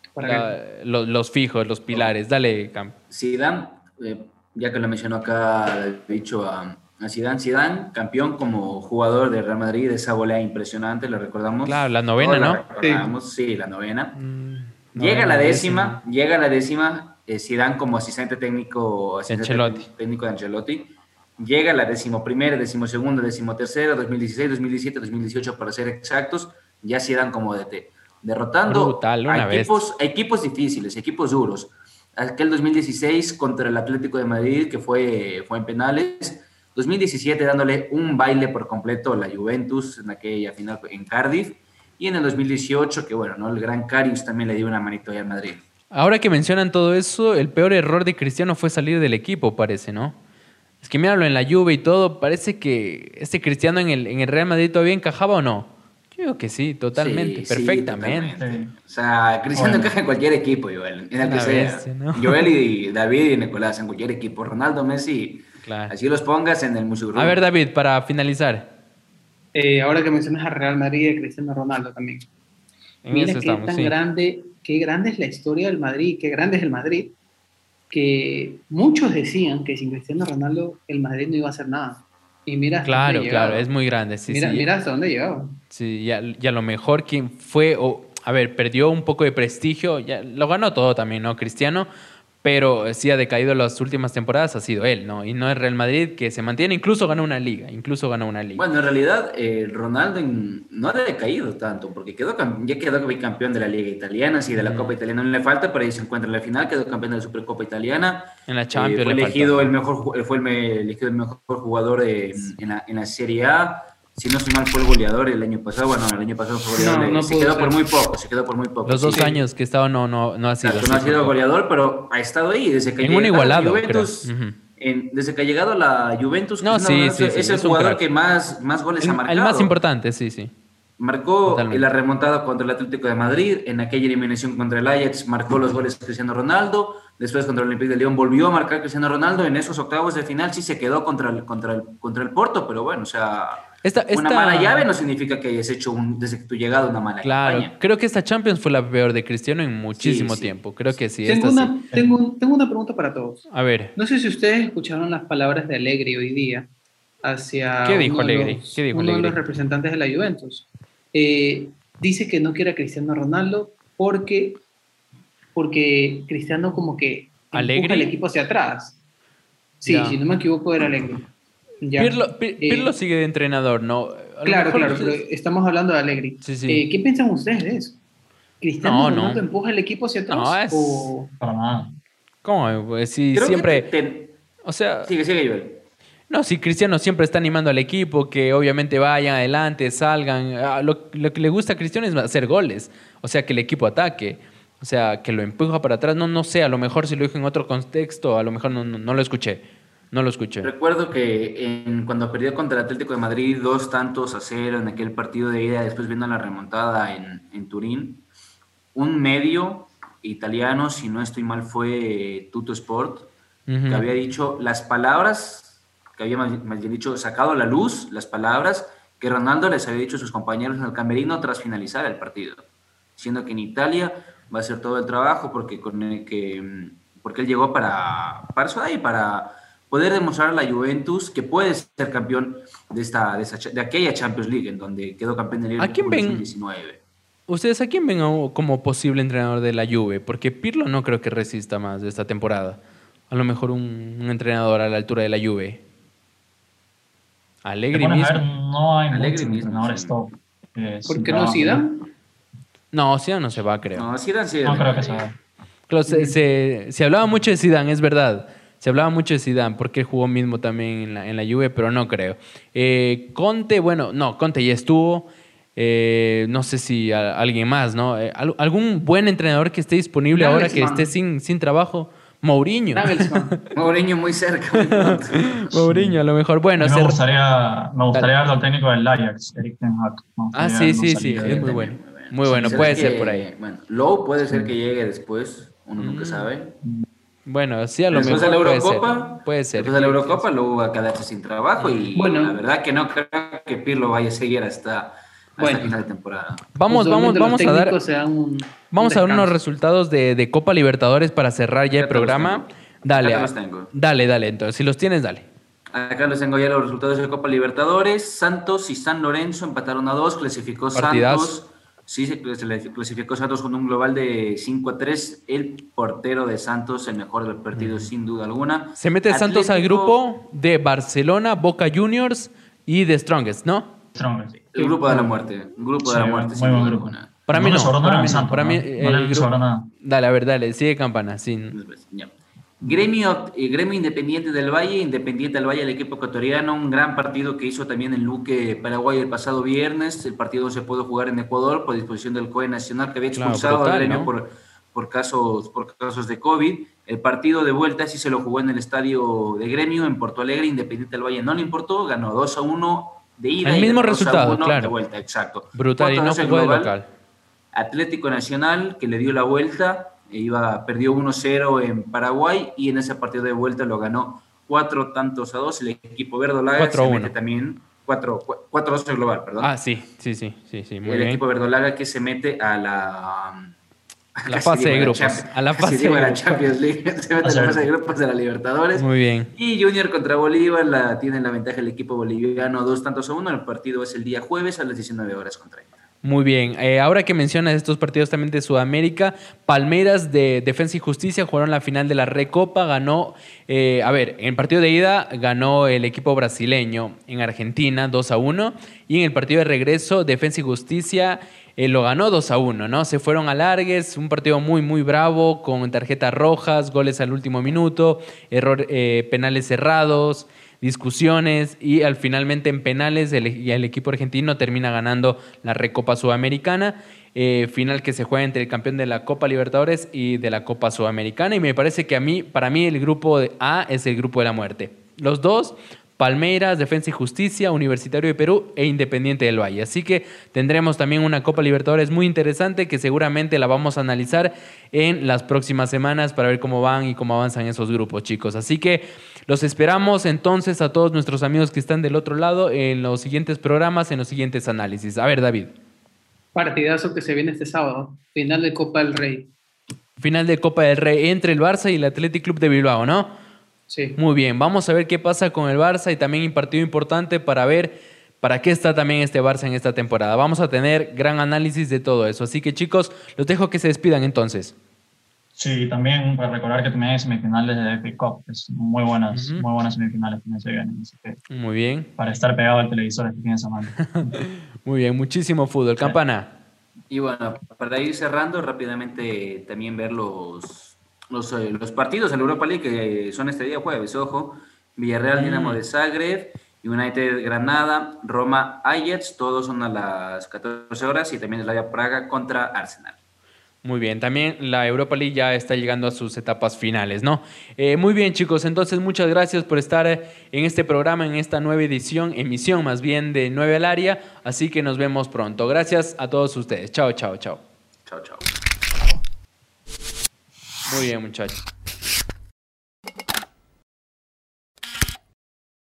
Speaker 1: Los fijos, los pilares. Dale, Cam.
Speaker 2: Zidane, ya que lo mencionó acá, he dicho a Zidane, campeón como jugador de Real Madrid, esa goleada impresionante, lo recordamos.
Speaker 1: Claro, la novena,
Speaker 2: Todos la
Speaker 1: ¿no?
Speaker 2: recordamos, sí, la novena.
Speaker 1: Novena,
Speaker 2: Llega la décima, Zidane como asistente técnico,
Speaker 1: Ancelotti.
Speaker 2: técnico de Ancelotti. Llega la 11ª, 12ª, 13ª, 2016, 2017, 2018 para ser exactos, ya Zidane como DT. Derrotando
Speaker 1: Brutal, una
Speaker 2: a equipos difíciles, equipos duros. Aquel 2016 contra el Atlético de Madrid, que fue en penales. 2017 dándole un baile por completo a la Juventus en aquella final en Cardiff. Y en el 2018, que bueno, ¿no? El gran Karius también le dio una manito ahí al Madrid.
Speaker 1: Ahora que mencionan todo eso, el peor error de Cristiano fue salir del equipo, parece, ¿no? Es que míralo en la Juve y todo, parece que este Cristiano en el Real Madrid todavía encajaba o no. Yo digo que sí, totalmente,
Speaker 2: Sí,
Speaker 1: perfectamente.
Speaker 2: totalmente. O sea, Cristiano encaja en cualquier equipo, Joel. En el que
Speaker 1: Una
Speaker 2: sea.
Speaker 1: bestia, ¿no?
Speaker 2: Joel y David y Nicolás, en cualquier equipo. Ronaldo, Messi,
Speaker 1: Claro.
Speaker 2: así los pongas en el Musurrum.
Speaker 1: A ver, David, para finalizar.
Speaker 3: Ahora que mencionas a Real Madrid y a Cristiano Ronaldo también.
Speaker 1: En
Speaker 3: Mira
Speaker 1: eso estamos, sí.
Speaker 3: qué grande es la historia del Madrid, qué grande es el Madrid, que muchos decían que sin Cristiano Ronaldo el Madrid no iba a hacer nada. Y mira hasta
Speaker 1: Claro,
Speaker 3: dónde ha
Speaker 1: claro,
Speaker 3: llegado.
Speaker 1: es muy grande, sí,
Speaker 3: mira,
Speaker 1: sí.
Speaker 3: mira hasta dónde ha llegado.
Speaker 1: Sí, y a lo mejor quien fue, a ver, perdió un poco de prestigio, ya lo ganó todo también, ¿no? Cristiano, pero sí ha decaído las últimas temporadas, ha sido él, ¿no? Y no es Real Madrid que se mantiene, incluso ganó una liga.
Speaker 2: Bueno, en realidad, Ronaldo no ha decaído tanto, porque ya quedó campeón de la Liga Italiana, sí, de la Copa Italiana no le falta, pero ahí se encuentra en la final, quedó campeón de la Supercopa Italiana.
Speaker 1: En la Champions
Speaker 2: fue
Speaker 1: le
Speaker 2: elegido
Speaker 1: faltó.
Speaker 2: elegido el mejor jugador en la Serie A. Si no soy mal, fue el goleador el año pasado. Bueno, el año pasado fue goleador.
Speaker 3: No
Speaker 2: se
Speaker 3: pudo
Speaker 2: quedó
Speaker 3: ser.
Speaker 2: por muy poco.
Speaker 1: Los dos
Speaker 2: Sí.
Speaker 1: años que estaba no ha sido.
Speaker 2: Exacto, no ha
Speaker 1: así,
Speaker 2: sido
Speaker 1: tampoco.
Speaker 2: goleador, pero ha estado ahí desde que
Speaker 1: En un
Speaker 2: llegado a la
Speaker 1: igualado,
Speaker 2: Juventus.
Speaker 1: creo. Ujú.
Speaker 2: Desde que ha llegado a la Juventus,
Speaker 1: No,
Speaker 2: Cristiano
Speaker 1: sí,
Speaker 2: Ronaldo
Speaker 1: sí,
Speaker 2: es el
Speaker 1: es un
Speaker 2: jugador
Speaker 1: crack.
Speaker 2: que más goles ha marcado.
Speaker 1: El más importante, sí, sí.
Speaker 2: Marcó
Speaker 1: Totalmente.
Speaker 2: la remontada contra el Atlético de Madrid, en aquella eliminación contra el Ajax marcó los goles Cristiano Ronaldo, después contra el Olympique de Lyon volvió a marcar Cristiano Ronaldo, en esos octavos de final sí se quedó contra el Porto, pero bueno, o sea, una mala llave no significa que hayas hecho desde tu llegada una mala
Speaker 1: Claro,
Speaker 2: campaña.
Speaker 1: creo que esta Champions fue la peor de Cristiano en muchísimo
Speaker 2: Sí.
Speaker 1: tiempo. Creo que sí.
Speaker 3: Tengo
Speaker 1: esta
Speaker 3: una,
Speaker 1: sí.
Speaker 3: tengo una pregunta para todos.
Speaker 1: A ver,
Speaker 3: No sé si ustedes escucharon las palabras de Allegri hoy día hacia
Speaker 1: ¿Qué dijo
Speaker 3: uno de
Speaker 1: Allegri?
Speaker 3: los-
Speaker 1: ¿Qué dijo
Speaker 3: uno de
Speaker 1: Allegri?
Speaker 3: los representantes de la Juventus. Dice que no quiere a Cristiano Ronaldo porque Cristiano como que
Speaker 1: ¿Allegri?
Speaker 3: empuja al equipo hacia atrás. Sí,
Speaker 1: Ya.
Speaker 3: si no me equivoco era Allegri. Ya.
Speaker 1: Pirlo sigue de entrenador, ¿no? A lo
Speaker 3: Claro,
Speaker 1: mejor
Speaker 3: claro,
Speaker 1: ustedes-
Speaker 3: pero estamos hablando de Allegri.
Speaker 1: Sí, sí.
Speaker 3: ¿Qué piensan ustedes de eso? ¿Cristiano
Speaker 1: No,
Speaker 3: Ronaldo
Speaker 1: no.
Speaker 3: empuja el equipo hacia atrás?
Speaker 1: No, es-
Speaker 3: ¿O
Speaker 5: Para nada.
Speaker 1: ¿Cómo? Pues sí,
Speaker 2: Creo
Speaker 1: siempre.
Speaker 2: que
Speaker 1: O sea,
Speaker 2: sigue, Joel.
Speaker 1: no, sí, Cristiano siempre está animando al equipo que obviamente vayan adelante, salgan. Lo que le gusta a Cristiano es hacer goles. O sea, que el equipo ataque. O sea, que lo empuja para atrás. No sé, a lo mejor si lo dijo en otro contexto, a lo mejor no lo escuché. No lo escuché.
Speaker 2: Recuerdo que cuando perdió contra el Atlético de Madrid 2-0 en aquel partido de ida, después viendo la remontada en Turín, un medio italiano, si no estoy mal, fue Tuttosport,
Speaker 1: Ujú.
Speaker 2: que había dicho las palabras, que había más bien dicho, sacado a la luz las palabras que Ronaldo les había dicho a sus compañeros en el camerino tras finalizar el partido, diciendo que en Italia va a hacer todo el trabajo porque él llegó para eso ahí, para poder demostrar a la Juventus que puede ser campeón de aquella Champions League en donde quedó campeón de Liga
Speaker 1: ¿A quién
Speaker 2: en
Speaker 1: ven?
Speaker 2: 2019.
Speaker 1: ¿Ustedes a quién ven como posible entrenador de la Juve? Porque Pirlo no creo que resista más de esta temporada. A lo mejor un entrenador a la altura de la Juve.
Speaker 5: Te
Speaker 1: Allegri
Speaker 5: pones a ver,
Speaker 1: mismo.
Speaker 5: no hay
Speaker 2: Allegri
Speaker 5: muchos
Speaker 2: mismo,
Speaker 5: entrenadores
Speaker 2: sí.
Speaker 5: top.
Speaker 3: ¿Por qué no Zidane?
Speaker 1: No, Zidane no se va, creo.
Speaker 2: No, Zidane sí.
Speaker 5: No creo que sea.
Speaker 1: Claro, se hablaba mucho de Zidane, es verdad. Se hablaba mucho de Zidane porque él jugó mismo también en la Juve, pero no creo. Conte, bueno, no, Conte ya estuvo. No sé si alguien más, ¿no? ¿Algún buen entrenador que esté disponible ahora que
Speaker 3: Nagelsmann.
Speaker 1: esté sin trabajo? Mourinho.
Speaker 3: Nagelsmann.
Speaker 2: Mourinho muy cerca, muy pronto.
Speaker 1: Mourinho, a lo mejor. Bueno,
Speaker 5: A mí me gustaría verlo al técnico del Ajax, Erik ten Hag.
Speaker 1: sí,
Speaker 5: Me
Speaker 1: sí,
Speaker 5: gustaría
Speaker 1: es muy
Speaker 5: verlo.
Speaker 1: bueno. Muy bueno,
Speaker 2: Sí,
Speaker 1: puede
Speaker 2: ¿sabes
Speaker 1: ser
Speaker 2: que,
Speaker 1: por ahí.
Speaker 2: bueno, Lowe puede ser que llegue después, uno nunca sabe.
Speaker 1: Bueno, sí, a lo
Speaker 2: Después de
Speaker 1: mejor
Speaker 2: la
Speaker 1: puede ser.
Speaker 2: Eurocopa,
Speaker 1: Puede ser.
Speaker 2: después de la Eurocopa, Lowe va a quedarse sin trabajo y
Speaker 3: Bueno.
Speaker 2: la verdad que no creo que Pirlo vaya a seguir hasta
Speaker 3: Bueno.
Speaker 2: final de temporada.
Speaker 1: Vamos
Speaker 3: Usualmente los
Speaker 1: a dar,
Speaker 3: técnicos se dan un
Speaker 1: vamos a dar unos
Speaker 3: descanso.
Speaker 1: resultados de Copa Libertadores para cerrar ya el
Speaker 2: Acá te los
Speaker 1: programa.
Speaker 2: tengo.
Speaker 1: Dale,
Speaker 2: Acá te los tengo.
Speaker 1: dale. Entonces, si los tienes, dale.
Speaker 2: Acá les tengo ya los resultados de Copa Libertadores. Santos y San Lorenzo empataron a 2, clasificó
Speaker 1: Partidazo.
Speaker 2: Santos. Sí, se clasificó Santos con un global de 5-3. El portero de Santos, el mejor del partido, sin duda alguna.
Speaker 1: Se mete Santos al
Speaker 2: Atlético,
Speaker 1: grupo de Barcelona, Boca Juniors y de Strongest, ¿no?
Speaker 5: Strongest.
Speaker 2: El grupo de la muerte. Un grupo de la
Speaker 5: Sí,
Speaker 2: muerte,
Speaker 5: muy
Speaker 2: sin
Speaker 5: buen
Speaker 2: duda
Speaker 5: grupo.
Speaker 2: alguna.
Speaker 1: Para mí
Speaker 5: le
Speaker 1: no.
Speaker 5: sobró
Speaker 1: Para
Speaker 5: nada
Speaker 1: mí
Speaker 5: a
Speaker 1: no.
Speaker 5: Santos,
Speaker 1: Para mí,
Speaker 5: ¿no? No le
Speaker 1: grupo-
Speaker 5: sobró nada.
Speaker 1: Dale, a ver, dale. Sigue Campana.
Speaker 2: Ya. Gremio Independiente del Valle, el equipo ecuatoriano, un gran partido que hizo también el Luque Paraguay el pasado viernes. El partido se pudo jugar en Ecuador por disposición del COE Nacional, que había
Speaker 1: Claro,
Speaker 2: expulsado
Speaker 1: brutal,
Speaker 2: al Gremio
Speaker 1: ¿no?
Speaker 2: por casos de COVID. El partido de vuelta sí se lo jugó en el estadio de Gremio en Porto Alegre. Independiente del Valle no le importó, ganó 2-1 de ida.
Speaker 1: El
Speaker 2: y
Speaker 1: mismo
Speaker 2: ganó 2-1
Speaker 1: resultado, claro.
Speaker 2: de vuelta, exacto.
Speaker 1: Brutal, y no
Speaker 2: 4-2 el
Speaker 1: jugó de
Speaker 2: global.
Speaker 1: local.
Speaker 2: Atlético Nacional, que le dio la vuelta, perdió 1-0 en Paraguay y en ese partido de vuelta lo ganó 4-2. El equipo verdolaga se
Speaker 1: 4-1.
Speaker 2: mete también 4-2 el global, perdón.
Speaker 1: Ah, sí, muy
Speaker 2: el
Speaker 1: bien.
Speaker 2: equipo verdolaga que se mete a la casi
Speaker 1: fase de
Speaker 2: digo
Speaker 1: grupos,
Speaker 2: Champions-
Speaker 1: a la
Speaker 2: casi
Speaker 1: fase
Speaker 2: digo
Speaker 1: de
Speaker 2: a la
Speaker 1: grupos.
Speaker 2: Champions League, se mete a la fase de grupos de la Libertadores.
Speaker 1: Muy bien.
Speaker 2: Y Junior contra Bolívar tiene la ventaja el equipo boliviano 2-1. El partido es el día jueves a las 19:30.
Speaker 1: Muy bien. Ahora que mencionas estos partidos también de Sudamérica, Palmeiras de Defensa y Justicia jugaron la final de la Recopa, ganó, en el partido de ida ganó el equipo brasileño en Argentina 2-1 y en el partido de regreso Defensa y Justicia lo ganó 2-1, ¿no? Se fueron a largues, un partido muy, muy bravo, con tarjetas rojas, goles al último minuto, penales cerrados, discusiones y finalmente en penales el equipo argentino termina ganando la Recopa Sudamericana, final que se juega entre el campeón de la Copa Libertadores y de la Copa Sudamericana, y me parece que para mí el grupo A es el grupo de la muerte. Los dos, Palmeiras, Defensa y Justicia, Universitario de Perú e Independiente del Valle. Así que tendremos también una Copa Libertadores muy interesante que seguramente la vamos a analizar en las próximas semanas para ver cómo van y cómo avanzan esos grupos, chicos. Así que los esperamos entonces a todos nuestros amigos que están del otro lado en los siguientes programas, en los siguientes análisis. A ver, David.
Speaker 3: Partidazo que se viene este sábado. Final de Copa del Rey.
Speaker 1: Final de Copa del Rey entre el Barça y el Athletic Club de Bilbao, ¿no?
Speaker 3: Sí.
Speaker 1: Muy bien, vamos a ver qué pasa con el Barça y también un partido importante para ver para qué está también este Barça en esta temporada. Vamos a tener gran análisis de todo eso. Así que chicos, los dejo que se despidan entonces.
Speaker 5: Sí, también para recordar que también hay semifinales de FA Cup, es muy buenas semifinales también se vienen. Así que
Speaker 1: Muy bien.
Speaker 5: para estar pegado al televisor este fin de semana.
Speaker 1: Muy bien, muchísimo fútbol. Campana.
Speaker 2: Y bueno, para ir cerrando rápidamente, también ver los partidos en la Europa League que son este día jueves, ojo. Villarreal, Dinamo de Zagreb, United Granada, Roma Ajax, todos son a las 14 horas y también el Slavia Praga contra Arsenal.
Speaker 1: Muy bien, también la Europa League ya está llegando a sus etapas finales, ¿no? Muy bien, chicos, entonces muchas gracias por estar en este programa, en esta nueva emisión más bien de 9 al área, así que nos vemos pronto. Gracias a todos ustedes. Chao, chao, chao.
Speaker 2: Chao, chao.
Speaker 1: Muy bien, muchachos.